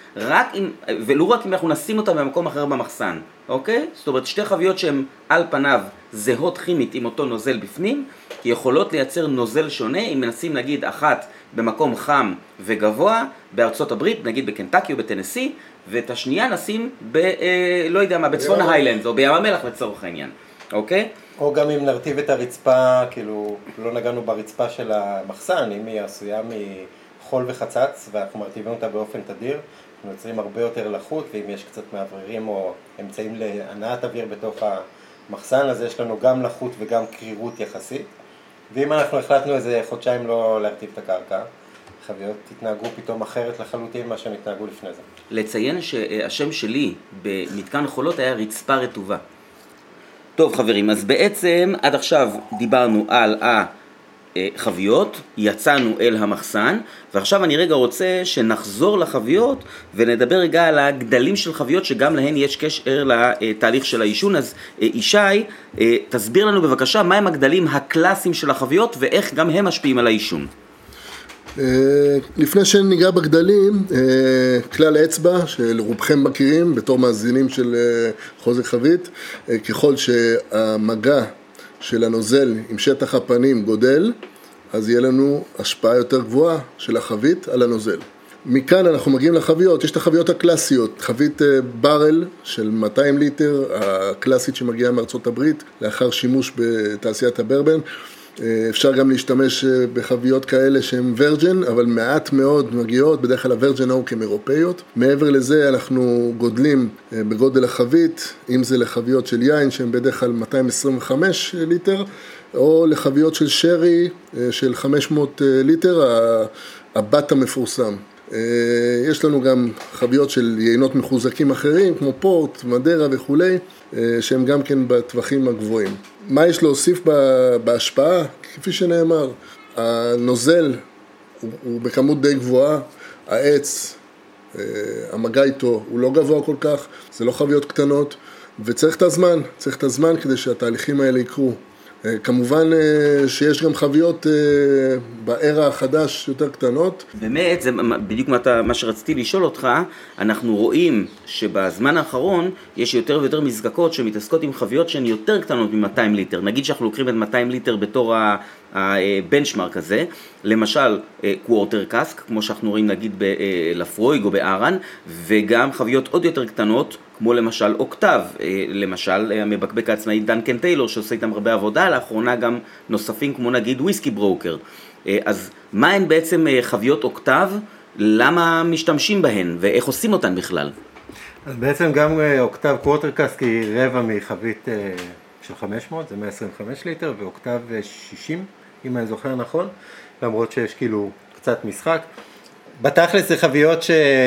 רק אם, ולא רק אם אנחנו נשים אותם במקום אחר במחסן, אוקיי? זאת אומרת, שתי חביות שהן על פניו זהות כימית עם אותו נוזל בפנים, יכולות לייצר נוזל שונה אם מנסים נגיד אחת במקום חם וגבוה בארצות הברית, נגיד בקנטקי או בטנסי, ואת השנייה נשים ב, אה, לא יודע מה, בצפון ההיילנדס או בים המלח לצורך העניין, אוקיי? או גם אם נרטיב את הרצפה, כאילו לא נגענו ברצפה של המחסן, אם היא עשויה מחול וחצץ ואנחנו מרטיבים אותה באופן תדיר, אנחנו יוצרים הרבה יותר לחות, ואם יש קצת מאווררים או אמצעים להנעת אוויר בתוך המחסן, אז יש לנו גם לחות וגם קרירות יחסית. ואם אנחנו החלטנו איזה חודשיים לא להרטיב את הקרקע, חביות תתנהגו פתאום אחרת לחלוטין מה שהם התנהגו לפני זה. לציין שהשם שלי במתקן חולות היה רצפה רטובה. טוב חברים, אז בעצם עד עכשיו דיברנו על החביות, יצאנו אל המחסן, ועכשיו אני רגע רוצה שנחזור לחביות ונדבר רגע על הגדלים של חביות שגם להן יש קשר לתהליך של העישון. אז ישי, תסביר לנו בבקשה מהם הגדלים הקלאסיים של החביות ואיך גם הם משפיעים על העישון. לפני שניגע בגדלים, כלל האצבע שלרובכם מכירים בתור מאזינים של חוזק חבית, ככל שהמגע של הנוזל עם שטח הפנים גודל, אז יהיה לנו השפעה יותר גבוהה של החבית על הנוזל. מכאן אנחנו מגיעים לחביות, יש את החביות הקלאסיות, חבית ברל של מאתיים ליטר, הקלאסית שמגיעה מארצות הברית, לאחר שימוש בתעשיית הברבן. אפשר גם להשתמש בחביות כאלה שהן ורג'ן, אבל מעט מאוד מגיעות, בדרך כלל הורג'ן הוא כמאירופאיות. מעבר לזה אנחנו גודלים בגודל החבית, אם זה לחביות של יין שהן בדרך כלל מאתיים עשרים וחמש ליטר, או לחביות של שרי של חמש מאות ליטר, הבת המפורסם. יש לנו גם חביות של יינות מחוזקים אחרים, כמו פורט, מדרה וכולי, שהם גם כן בטווחים הגבוהים. מה יש להוסיף בהשפעה? כפי שנאמר, הנוזל הוא, הוא בכמות די גבוהה, העץ, המגע איתו הוא לא גבוה כל כך, זה לא חביות קטנות, וצריך את הזמן, צריך את הזמן כדי שהתהליכים האלה יקרו. כמובן שיש גם חביות בערה החדש יותר קטנות. באמת, זה בדיוק מה שרציתי לשאול אותך, אנחנו רואים שבזמן האחרון יש יותר ויותר מזקקות שמתעסקות עם חביות שהן יותר קטנות מ-מאתיים ליטר. נגיד שאנחנו לוקחים את מאתיים ליטר בתור הבנצ'מרק הזה, למשל קוורטר קאסק, כמו שאנחנו רואים נגיד בלפרויג או בארן, וגם חביות עוד יותר קטנות, כמו למשל אוקטב, למשל המבקבק העצמאי דנקן טיילור שעושה איתם הרבה עבודה, לאחרונה גם נוספים כמו נגיד וויסקי ברוקר. אז מה הן בעצם חביות אוקטב, למה משתמשים בהן ואיך עושים אותן בכלל? אז בעצם גם אוקטב קוורטר קאסק היא רבע מחבית של חמש מאות, זה מאה עשרים וחמש ליטר, ואוקטב שישים, אם אני זוכר נכון, למרות שיש כאילו קצת משחק. בתכלס זה חביות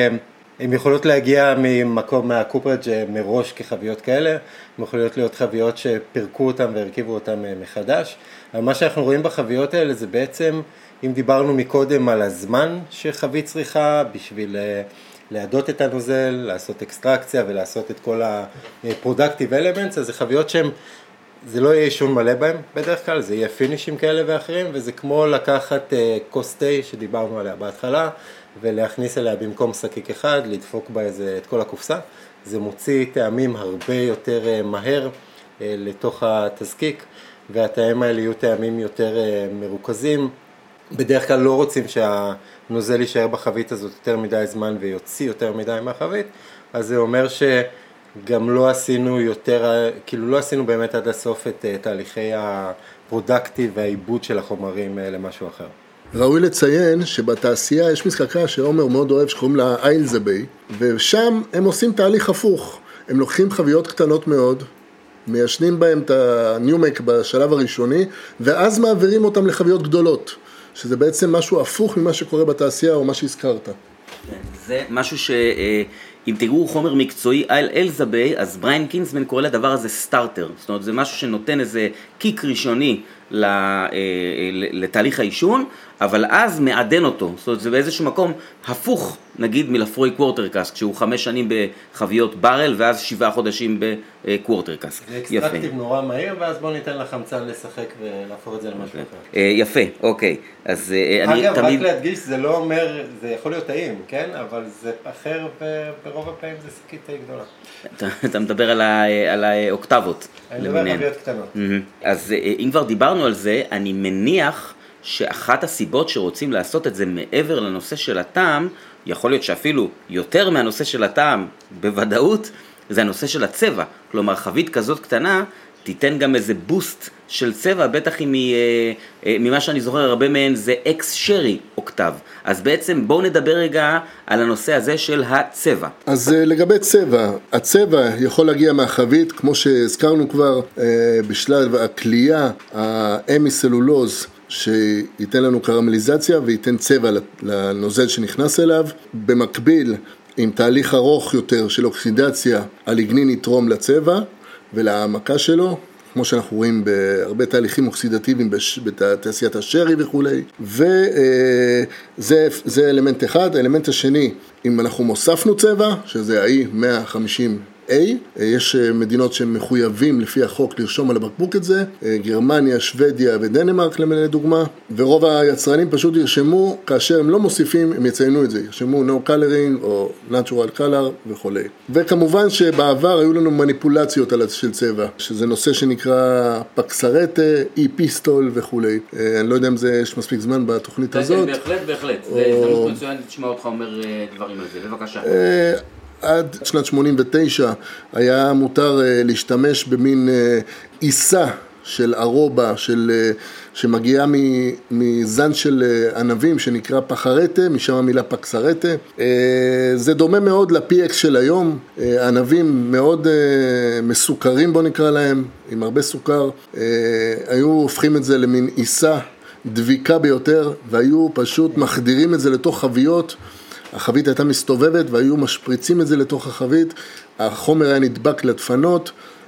שהן יכולות להגיע ממקום מהקופרג' מראש כחביות כאלה, הן יכולות להיות חביות שפרקו אותן והרכיבו אותן מחדש. אבל מה שאנחנו רואים בחביות האלה זה בעצם, אם דיברנו מקודם על הזמן שחבית צריכה בשביל להדות את הנוזל, לעשות אקסטרקציה ולעשות את כל ה-productive elements, אז זה חביות שהן, זה לא יהיה עישון מלא בהם בדרך כלל, זה יהיה פינישים כאלה ואחרים, וזה כמו לקחת כוס תה שדיברנו עליה בהתחלה, ולהכניס אליה במקום שקיק אחד, לדפוק בה איזה, את כל הקופסה. זה מוציא טעמים הרבה יותר מהר לתוך התזקיק, והטעמים האלה יהיו טעמים יותר מרוכזים. בדרך כלל לא רוצים שהנוזל יישאר בחבית הזאת יותר מדי זמן ויוציא יותר מדי מהחבית, אז זה אומר שגם לא עשינו יותר, כאילו לא עשינו באמת עד הסוף את תהליכי הפרודקטיב והעיבוד של החומרים למשהו אחר. ראוי לציין שבתעשייה יש מזקקה שעומר מאוד אוהב שקוראים לה איילזביי, ושם הם עושים תהליך הפוך. הם לוקחים חביות קטנות מאוד, מיישנים בהם את הניומק בשלב הראשוני, ואז מעבירים אותם לחביות גדולות, שזה בעצם משהו הפוך ממה שקורה בתעשייה או מה שהזכרת. זה משהו שאם תראו חומר מקצועי על איילזביי, אז בריין קינסמן קורא לדבר הזה סטארטר. זאת אומרת, זה משהו שנותן איזה קיק ראשוני לתהליך העישון, אבל אז מעדן אותו, זאת אומרת זה באיזשהו מקום הפוך, נגיד מלפרוי קוורטר קאסק, שהוא חמש שנים בחביות ברל ואז שבעה חודשים בקוורטר קאסק. זה אקסטרקטיב נורא מהיר, ואז בואו ניתן לחמצן לשחק ולהפוך את זה למשהו אחר. יפה, אוקיי. אז אני אגב, תמיד... רק להדגיש, זה לא אומר, זה יכול להיות טעים, כן? אבל זה אחר וברוב הפעמים זה שקית תה גדולה. אתה מדבר על האוקטבות. אני מדבר על חביות קטנות. אז אם כבר דיברנו על זה, אני מניח שאחת הסיבות שרוצים לעשות את זה מעבר לנושא של הטעם, יכול להיות שאפילו יותר מהנושא של הטעם בוודאות, זה הנושא של הצבע. כלומר, חבית כזאת קטנה תיתן גם איזה בוסט של צבע, בטח אם היא, ממה שאני זוכר הרבה מהן זה אקס שרי אוקטב. אז בעצם בואו נדבר רגע על הנושא הזה של הצבע. אז לגבי צבע, הצבע יכול להגיע מהחבית, כמו שהזכרנו כבר בשלב הקלייה, האמיסלולוז, שייתן לנו קרמליזציה וייתן צבע לנוזל שנכנס אליו. במקביל, עם תהליך ארוך יותר של אוקסידציה, הליגנין יתרום לצבע ולהעמקה שלו, כמו שאנחנו רואים בהרבה תהליכים אוקסידטיביים בתעשיית השרי וכו'. וזה זה אלמנט אחד. האלמנט השני, אם אנחנו מוספנו צבע, שזה ה-E מאה וחמישים A, יש מדינות שמחויבים לפי החוק לרשום על הבקבוק את זה, גרמניה, שוודיה ודנמרק לדוגמה, ורוב היצרנים פשוט ירשמו, כאשר הם לא מוסיפים, הם יציינו את זה, ירשמו no coloring או natural color וכו'. וכמובן שבעבר היו לנו מניפולציות של צבע, שזה נושא שנקרא פקסרטה, אי פיסטול וכו'. אני לא יודע אם זה יש מספיק זמן בתוכנית הזאת. בהחלט, בהחלט. זה הזדמנות מצוין לשמוע אותך אומר דברים על זה, בבקשה. עד שנת שמונים ותשע היה מותר להשתמש במין עיסה של ארובה של, שמגיעה מזן של ענבים שנקרא פחרטה, משם המילה פקסרטה. זה דומה מאוד ל-פי אקס של היום, ענבים מאוד מסוכרים בוא נקרא להם, עם הרבה סוכר, היו הופכים את זה למין עיסה דביקה ביותר, והיו פשוט מחדירים את זה לתוך חביות, החבית הייתה מסתובבת והיו משפריצים את זה לתוך החבית, החומר היה נדבק לדפנות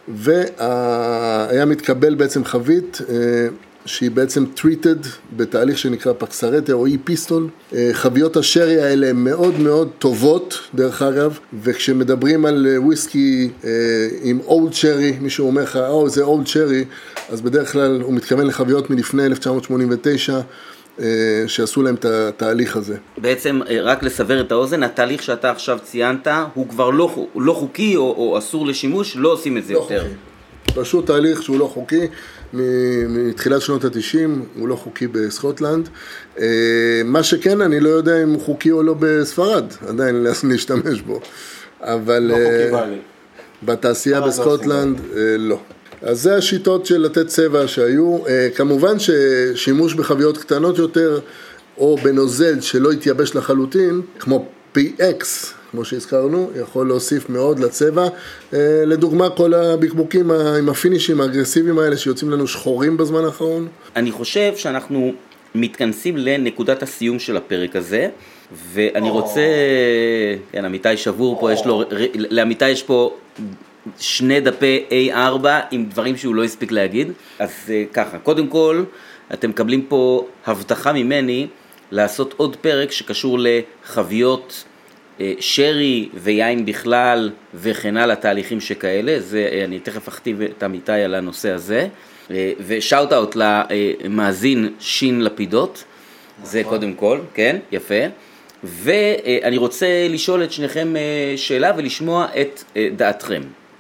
והיה מתקבל בעצם חבית שהיא בעצם treated בתהליך שנקרא פקסרטה או אי פיסטול. חביות השרי האלה הן מאוד מאוד טובות דרך אגב, וכשמדברים על וויסקי עם אולד שרי, מישהו אומר לך, או זה אולד שרי, אז בדרך כלל הוא מתכוון לחביות מלפני אלף תשע מאות שמונים ותשע, שעשו להם את התהליך הזה. בעצם רק לסבר את האוזן, התהליך שאתה עכשיו ציינת הוא כבר לא, לא חוקי או, או אסור לשימוש, לא עושים את זה לא יותר. חוקי. פשוט תהליך שהוא לא חוקי, מתחילת שנות התשעים הוא לא חוקי בסקוטלנד. מה שכן, אני לא יודע אם הוא חוקי או לא בספרד, עדיין להשתמש בו. אבל לא חוקי בעלי. בתעשייה בסקוטלנד לא. אז זה השיטות של לתת צבע שהיו, כמובן ששימוש בחביות קטנות יותר, או בנוזל שלא יתייבש לחלוטין, כמו פי אקס, כמו שהזכרנו, יכול להוסיף מאוד לצבע. לדוגמה, כל הבקבוקים עם הפינישים האגרסיביים האלה שיוצאים לנו שחורים בזמן האחרון. אני חושב שאנחנו מתכנסים לנקודת הסיום של הפרק הזה, ואני רוצה, כן, עמיתי שבור פה, יש לו, לעמיתי יש פה שני דפי איי ארבע עם דברים שהוא לא הספיק להגיד. אז ככה, קודם כל, אתם מקבלים פה הבטחה ממני לעשות עוד פרק שקשור לחביות שרי ויין בכלל וכן הלאה, תהליכים שכאלה. זה, אני תכף אכתיב את עמיתי על הנושא הזה. ושאוט אאוט למאזין שין לפידות, זה קודם כל, כן, יפה. ואני רוצה לשאול את שניכם שאלה ולשמוע את דעתכם.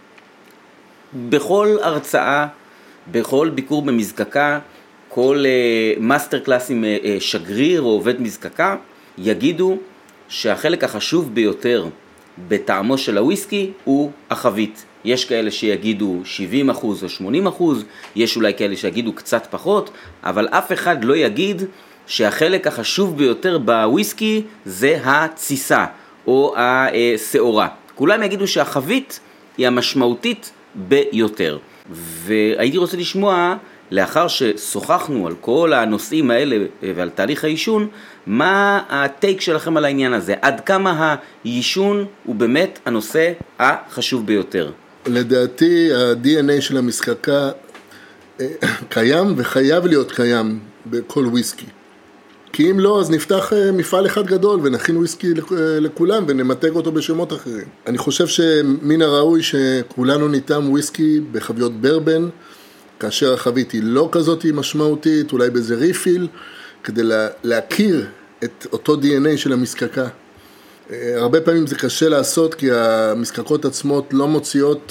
בכל הרצאה, בכל ביקור במזקקה, כל מאסטר קלאס עם שגריר או עובד מזקקה, יגידו שהחלק החשוב ביותר בטעמו של הוויסקי הוא החבית. יש כאלה שיגידו שבעים אחוז או שמונים אחוז, יש אולי כאלה שיגידו קצת פחות, אבל אף אחד לא יגיד שהחלק החשוב ביותר בוויסקי זה הציסה או השעורה. כולם יגידו שהחבית היא המשמעותית ביותר. והייתי רוצה לשמוע, לאחר ששוחחנו על כל הנושאים האלה ועל תהליך העישון, מה הטייק שלכם על העניין הזה? עד כמה העישון הוא באמת הנושא החשוב ביותר? לדעתי ה-די אן איי של המזקקה קיים וחייב להיות קיים בכל וויסקי. כי אם לא, אז נפתח מפעל אחד גדול ונכין וויסקי לכולם ונמתג אותו בשמות אחרים. אני חושב שמן הראוי שכולנו ניתן וויסקי בחביות ברבן, כאשר החבית היא לא כזאת משמעותית, אולי באיזה ריפיל, כדי לה, להכיר את אותו די אן איי של המזקקה. הרבה פעמים זה קשה לעשות, כי המזקקות עצמות לא מוציאות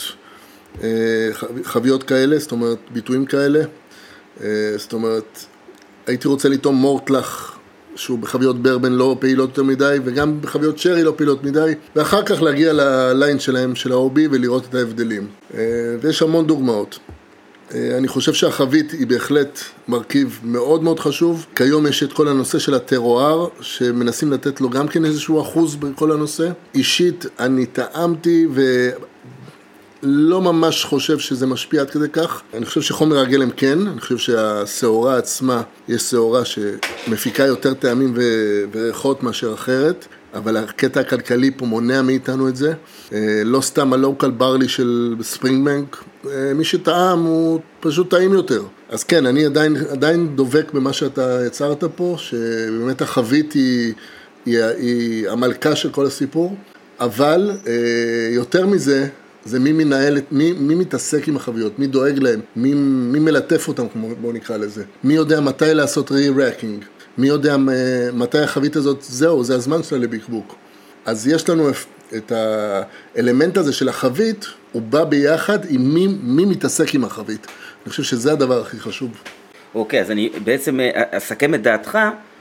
חביות כאלה, זאת אומרת, ביטויים כאלה. זאת אומרת, הייתי רוצה לטעום מורטלח, שהוא בחביות ברבן לא פעילות יותר מדי, וגם בחביות שרי לא פעילות מדי, ואחר כך להגיע לליין שלהם, של ה-או בי, ולראות את ההבדלים. ויש המון דוגמאות. אני חושב שהחבית היא בהחלט מרכיב מאוד מאוד חשוב. כיום יש את כל הנושא של הטרואר, שמנסים לתת לו גם כן איזשהו אחוז בכל הנושא. אישית אני טעמתי ולא ממש חושב שזה משפיע עד כדי כך. אני חושב שחומר הגלם כן, אני חושב שהשעורה עצמה, יש שעורה שמפיקה יותר טעמים וריחות מאשר אחרת. אבל הקטע הכלכלי פה מונע מאיתנו את זה. לא סתם הלוקל ברלי של ספרינגבנק, מי שטעם הוא פשוט טעים יותר. אז כן, אני עדיין, עדיין דובק במה שאתה יצרת פה, שבאמת החבית היא, היא, היא המלכה של כל הסיפור, אבל יותר מזה, זה מי מנהל, מי, מי מתעסק עם החביות, מי דואג להם, מי, מי מלטף אותם, בואו נקרא לזה. מי יודע מתי לעשות re-racking. מי יודע מתי החבית הזאת, זהו, זה הזמן שלה לבקבוק. אז יש לנו את האלמנט הזה של החבית, הוא בא ביחד עם מי, מי מתעסק עם החבית. אני חושב שזה הדבר הכי חשוב. אוקיי, אז אני בעצם אסכם את דעתך,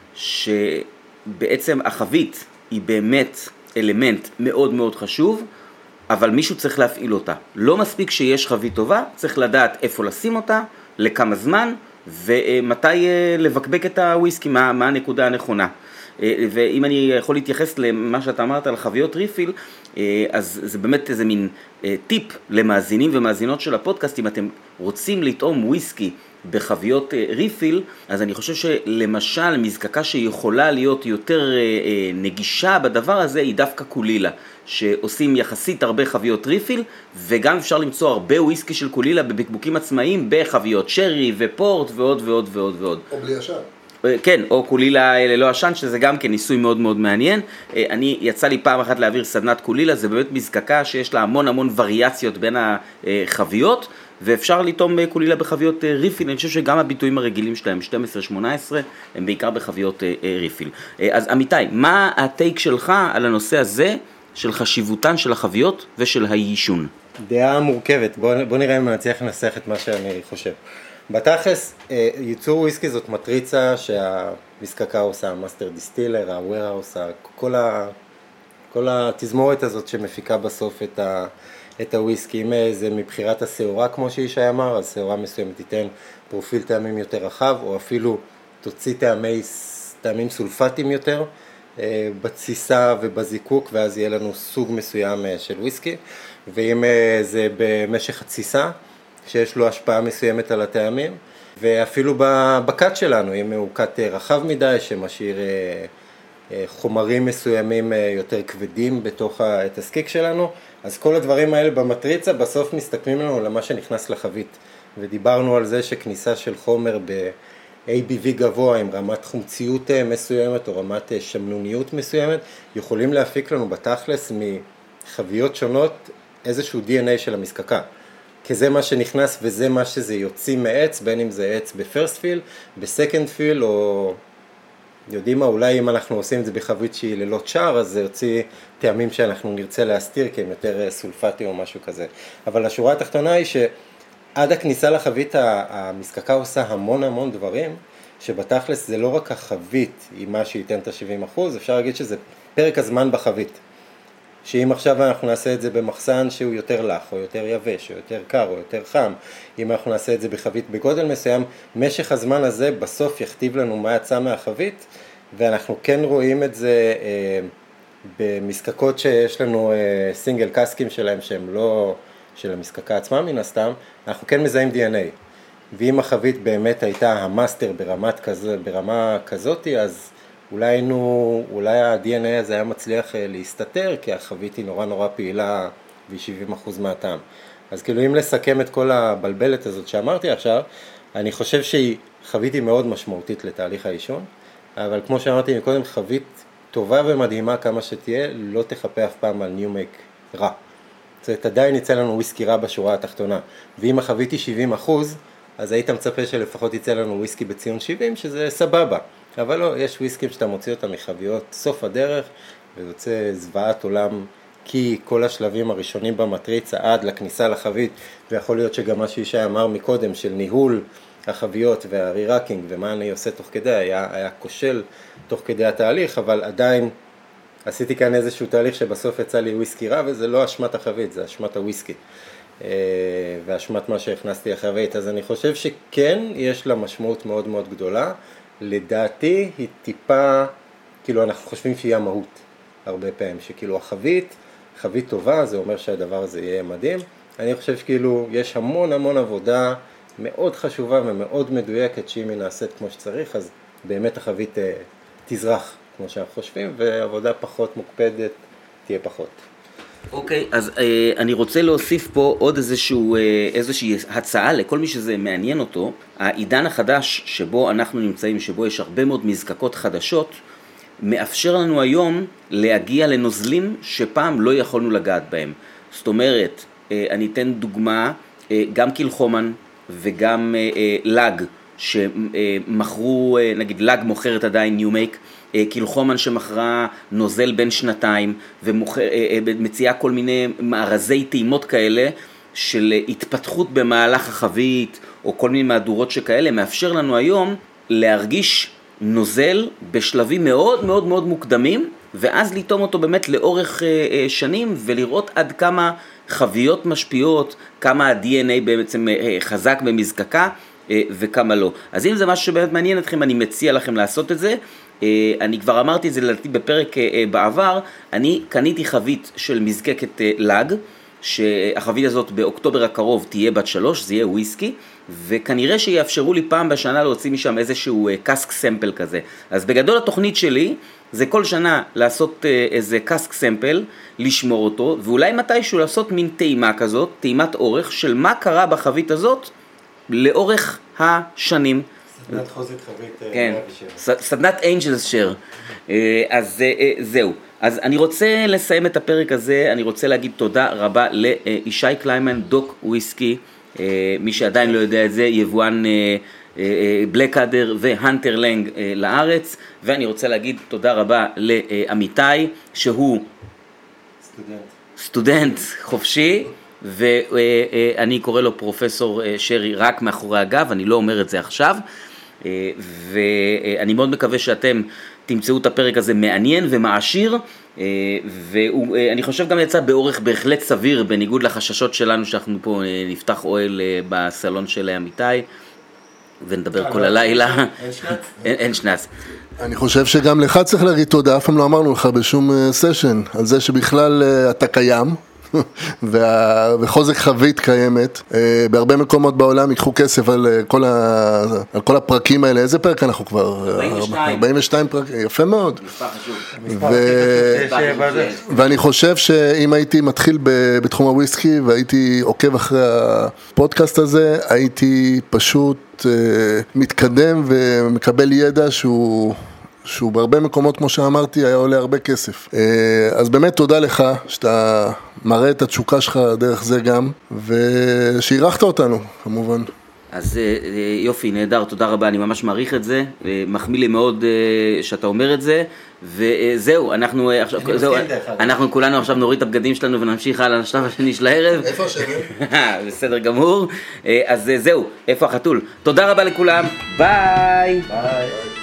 שבעצם החבית היא באמת אלמנט מאוד מאוד חשוב, אבל מישהו צריך להפעיל אותה. לא מספיק שיש חבית טובה, צריך לדעת איפה לשים אותה, לכמה זמן, ומתי לבקבק את הוויסקי, מה, מה הנקודה הנכונה. ואם אני יכול להתייחס למה שאתה אמרת על חביות ריפיל, אז זה באמת איזה מין טיפ למאזינים ומאזינות של הפודקאסט. אם אתם רוצים לטעום וויסקי בחביות ריפיל, אז אני חושב שלמשל מזקקה שיכולה להיות יותר נגישה בדבר הזה היא דווקא קולילה, שעושים יחסית הרבה חביות ריפיל, וגם אפשר למצוא הרבה וויסקי של קולילה בבקבוקים עצמאיים בחביות שרי ופורט ועוד ועוד ועוד ועוד. או בלי עשן. כן, או קולילה ללא עשן, שזה גם כן ניסוי מאוד מאוד מעניין. אני יצא לי פעם אחת להעביר סדנת קולילה, זה באמת מזקקה שיש לה המון המון וריאציות בין החביות, ואפשר לטעום קולילה בחביות ריפיל. אני חושב שגם הביטויים הרגילים שלהם, שתים עשרה שמונה עשרה, הם בעיקר בחביות ריפיל. אז אמיתי, מה הטייק שלך על הנושא הזה של חשיבותן של החביות ושל העישון? דעה מורכבת, בוא, בוא נראה אם אני אצליח לנסח את מה שאני חושב. בתכלס, ייצור וויסקי זאת מטריצה שהמזקקה עושה, המאסטר דיסטילר, הווירהאוס, כל, ה, כל התזמורת הזאת שמפיקה בסוף את, ה, את הוויסקי. אם זה מבחירת השעורה, כמו שישי אמר, אז שעורה מסוימת תיתן פרופיל טעמים יותר רחב, או אפילו תוציא טעמי, טעמים סולפטיים יותר בתסיסה ובזיקוק, ואז יהיה לנו סוג מסוים של וויסקי. ואם זה במשך התסיסה, שיש לו השפעה מסוימת על הטעמים, ואפילו בקט שלנו, אם הוא קט רחב מדי, שמשאיר חומרים מסוימים יותר כבדים בתוך התזקיק שלנו, אז כל הדברים האלה במטריצה בסוף מסתכמים לנו למה שנכנס לחבית. ודיברנו על זה שכניסה של חומר ב-איי בי וי גבוה עם רמת חומציות מסוימת או רמת שמנוניות מסוימת, יכולים להפיק לנו בתכלס מחביות שונות איזשהו די אן איי של המזקקה. כי זה מה שנכנס וזה מה שזה יוציא מעץ, בין אם זה עץ בפרסט פיל, בסקנד פיל, או יודעים מה, אולי אם אנחנו עושים את זה בחבית שהיא ללא צ'אר, אז זה יוציא טעמים שאנחנו נרצה להסתיר, כי הם יותר סולפטיים או משהו כזה. אבל השורה התחתונה היא שעד הכניסה לחבית המזקקה עושה המון המון דברים, שבתכלס זה לא רק החבית היא מה שייתן את ה-שבעים אחוז, אפשר להגיד שזה פרק הזמן בחבית. שאם עכשיו אנחנו נעשה את זה במחסן שהוא יותר לח, או יותר יבש, או יותר קר, או יותר חם, אם אנחנו נעשה את זה בחבית בגודל מסוים, משך הזמן הזה בסוף יכתיב לנו מה יצא מהחבית, ואנחנו כן רואים את זה אה, במזקקות שיש לנו אה, סינגל קסקים שלהם, שהם לא של המזקקה עצמה מן הסתם, אנחנו כן מזהים די אן איי. ואם החבית באמת הייתה המאסטר ברמת כזה, ברמה כזאת, אז אולי, היינו, אולי ה-די אן איי הזה היה מצליח להסתתר, כי החבית היא נורא נורא פעילה והיא שבעים אחוז מהטעם. אז כאילו אם לסכם את כל הבלבלת הזאת שאמרתי עכשיו, אני חושב שהיא חבית היא מאוד משמעותית לתהליך העישון, אבל כמו שאמרתי מקודם, חבית טובה ומדהימה כמה שתהיה, לא תחפה אף פעם על ניומייק רע. זאת אומרת, עדיין יצא לנו וויסקי רע בשורה התחתונה, ואם החבית היא שבעים אחוז, אז היית מצפה שלפחות יצא לנו וויסקי בציון שבעים, שזה סבבה. אבל לא, יש וויסקים שאתה מוציא אותם מחביות סוף הדרך, ויוצא זוועת עולם, כי כל השלבים הראשונים במטריצה עד לכניסה לחבית, ויכול להיות שגם מה שישי אמר מקודם, של ניהול החביות והרירקינג, ומה אני עושה תוך כדי, היה, היה כושל תוך כדי התהליך, אבל עדיין עשיתי כאן איזשהו תהליך שבסוף יצא לי וויסקי רע, וזה לא אשמת החבית, זה אשמת הוויסקי. ואשמת מה שהכנסתי לחבית, אז אני חושב שכן יש לה משמעות מאוד מאוד גדולה, לדעתי היא טיפה, כאילו אנחנו חושבים שהיא המהות הרבה פעמים, שכאילו החבית, חבית טובה, זה אומר שהדבר הזה יהיה מדהים, אני חושב שכאילו יש המון המון עבודה מאוד חשובה ומאוד מדויקת שאם היא נעשית כמו שצריך, אז באמת החבית תזרח כמו שאנחנו חושבים, ועבודה פחות מוקפדת תהיה פחות. אוקיי, אז אה, אני רוצה להוסיף פה עוד איזשהו, אה, איזושהי הצעה לכל מי שזה מעניין אותו. העידן החדש שבו אנחנו נמצאים, שבו יש הרבה מאוד מזקקות חדשות, מאפשר לנו היום להגיע לנוזלים שפעם לא יכולנו לגעת בהם. זאת אומרת, אה, אני אתן דוגמה, אה, גם קילחומן וגם אה, אה, לג, שמכרו, אה, נגיד לג מוכרת עדיין ניומייק, קילחומן שמכרה נוזל בין שנתיים ומציעה כל מיני מארזי טעימות כאלה של התפתחות במהלך החבית או כל מיני מהדורות שכאלה, מאפשר לנו היום להרגיש נוזל בשלבים מאוד מאוד מאוד מוקדמים, ואז לטעום אותו באמת לאורך שנים ולראות עד כמה חביות משפיעות, כמה ה-די אן איי בעצם חזק במזקקה וכמה לא. אז אם זה משהו שבאמת מעניין אתכם, אני מציע לכם לעשות את זה. אני כבר אמרתי את זה לדעתי בפרק בעבר, אני קניתי חבית של מזקקת לג, שהחבית הזאת באוקטובר הקרוב תהיה בת שלוש, זה יהיה וויסקי, וכנראה שיאפשרו לי פעם בשנה להוציא משם איזשהו קאסק סמפל כזה. אז בגדול התוכנית שלי זה כל שנה לעשות איזה קאסק סמפל, לשמור אותו, ואולי מתישהו לעשות מין טעימה כזאת, טעימת אורך, של מה קרה בחבית הזאת לאורך השנים. סדנת חוזק חבית. כן, סדנת אנג'לס שר. אז זהו. אז אני רוצה לסיים את הפרק הזה, אני רוצה להגיד תודה רבה לישי קליימן, דוק וויסקי, מי שעדיין לא יודע את זה, יבואן בלקאדר והנטר לנג לארץ, ואני רוצה להגיד תודה רבה לאמיתי, שהוא סטודנט. סטודנט חופשי, ואני קורא לו פרופסור שרי רק מאחורי הגב, אני לא אומר את זה עכשיו, ואני מאוד מקווה שאתם תמצאו את הפרק הזה מעניין ומעשיר, ואני חושב גם יצא באורך בהחלט סביר, בניגוד לחששות שלנו שאנחנו פה נפתח אוהל בסלון של אמיתי, ונדבר כל הלילה. אין שנץ? אין שנץ. אני חושב שגם לך צריך להגיד תודה, אף פעם לא אמרנו לך בשום סשן, על זה שבכלל אתה קיים. וחוזק חבית קיימת, בהרבה מקומות בעולם ייקחו כסף על כל, ה... על כל הפרקים האלה. איזה פרק אנחנו כבר? ארבעים ושתיים. ארבעים ושתיים פרק, יפה מאוד. מספר חשוב. ו... ואני חושב שאם הייתי מתחיל בתחום הוויסקי והייתי עוקב אחרי הפודקאסט הזה, הייתי פשוט מתקדם ומקבל ידע שהוא... שהוא בהרבה מקומות, כמו שאמרתי, היה עולה הרבה כסף. אז באמת תודה לך, שאתה מראה את התשוקה שלך דרך זה גם, ושהירכת אותנו, כמובן. אז יופי, נהדר, תודה רבה, אני ממש מעריך את זה, מחמיא לי מאוד שאתה אומר את זה, וזהו, אנחנו עכשיו, זהו, אנחנו כולנו עכשיו נוריד את הבגדים שלנו ונמשיך על השלב השני של הערב. איפה השני? בסדר גמור, אז זהו, איפה החתול? תודה רבה לכולם, ביי! ביי!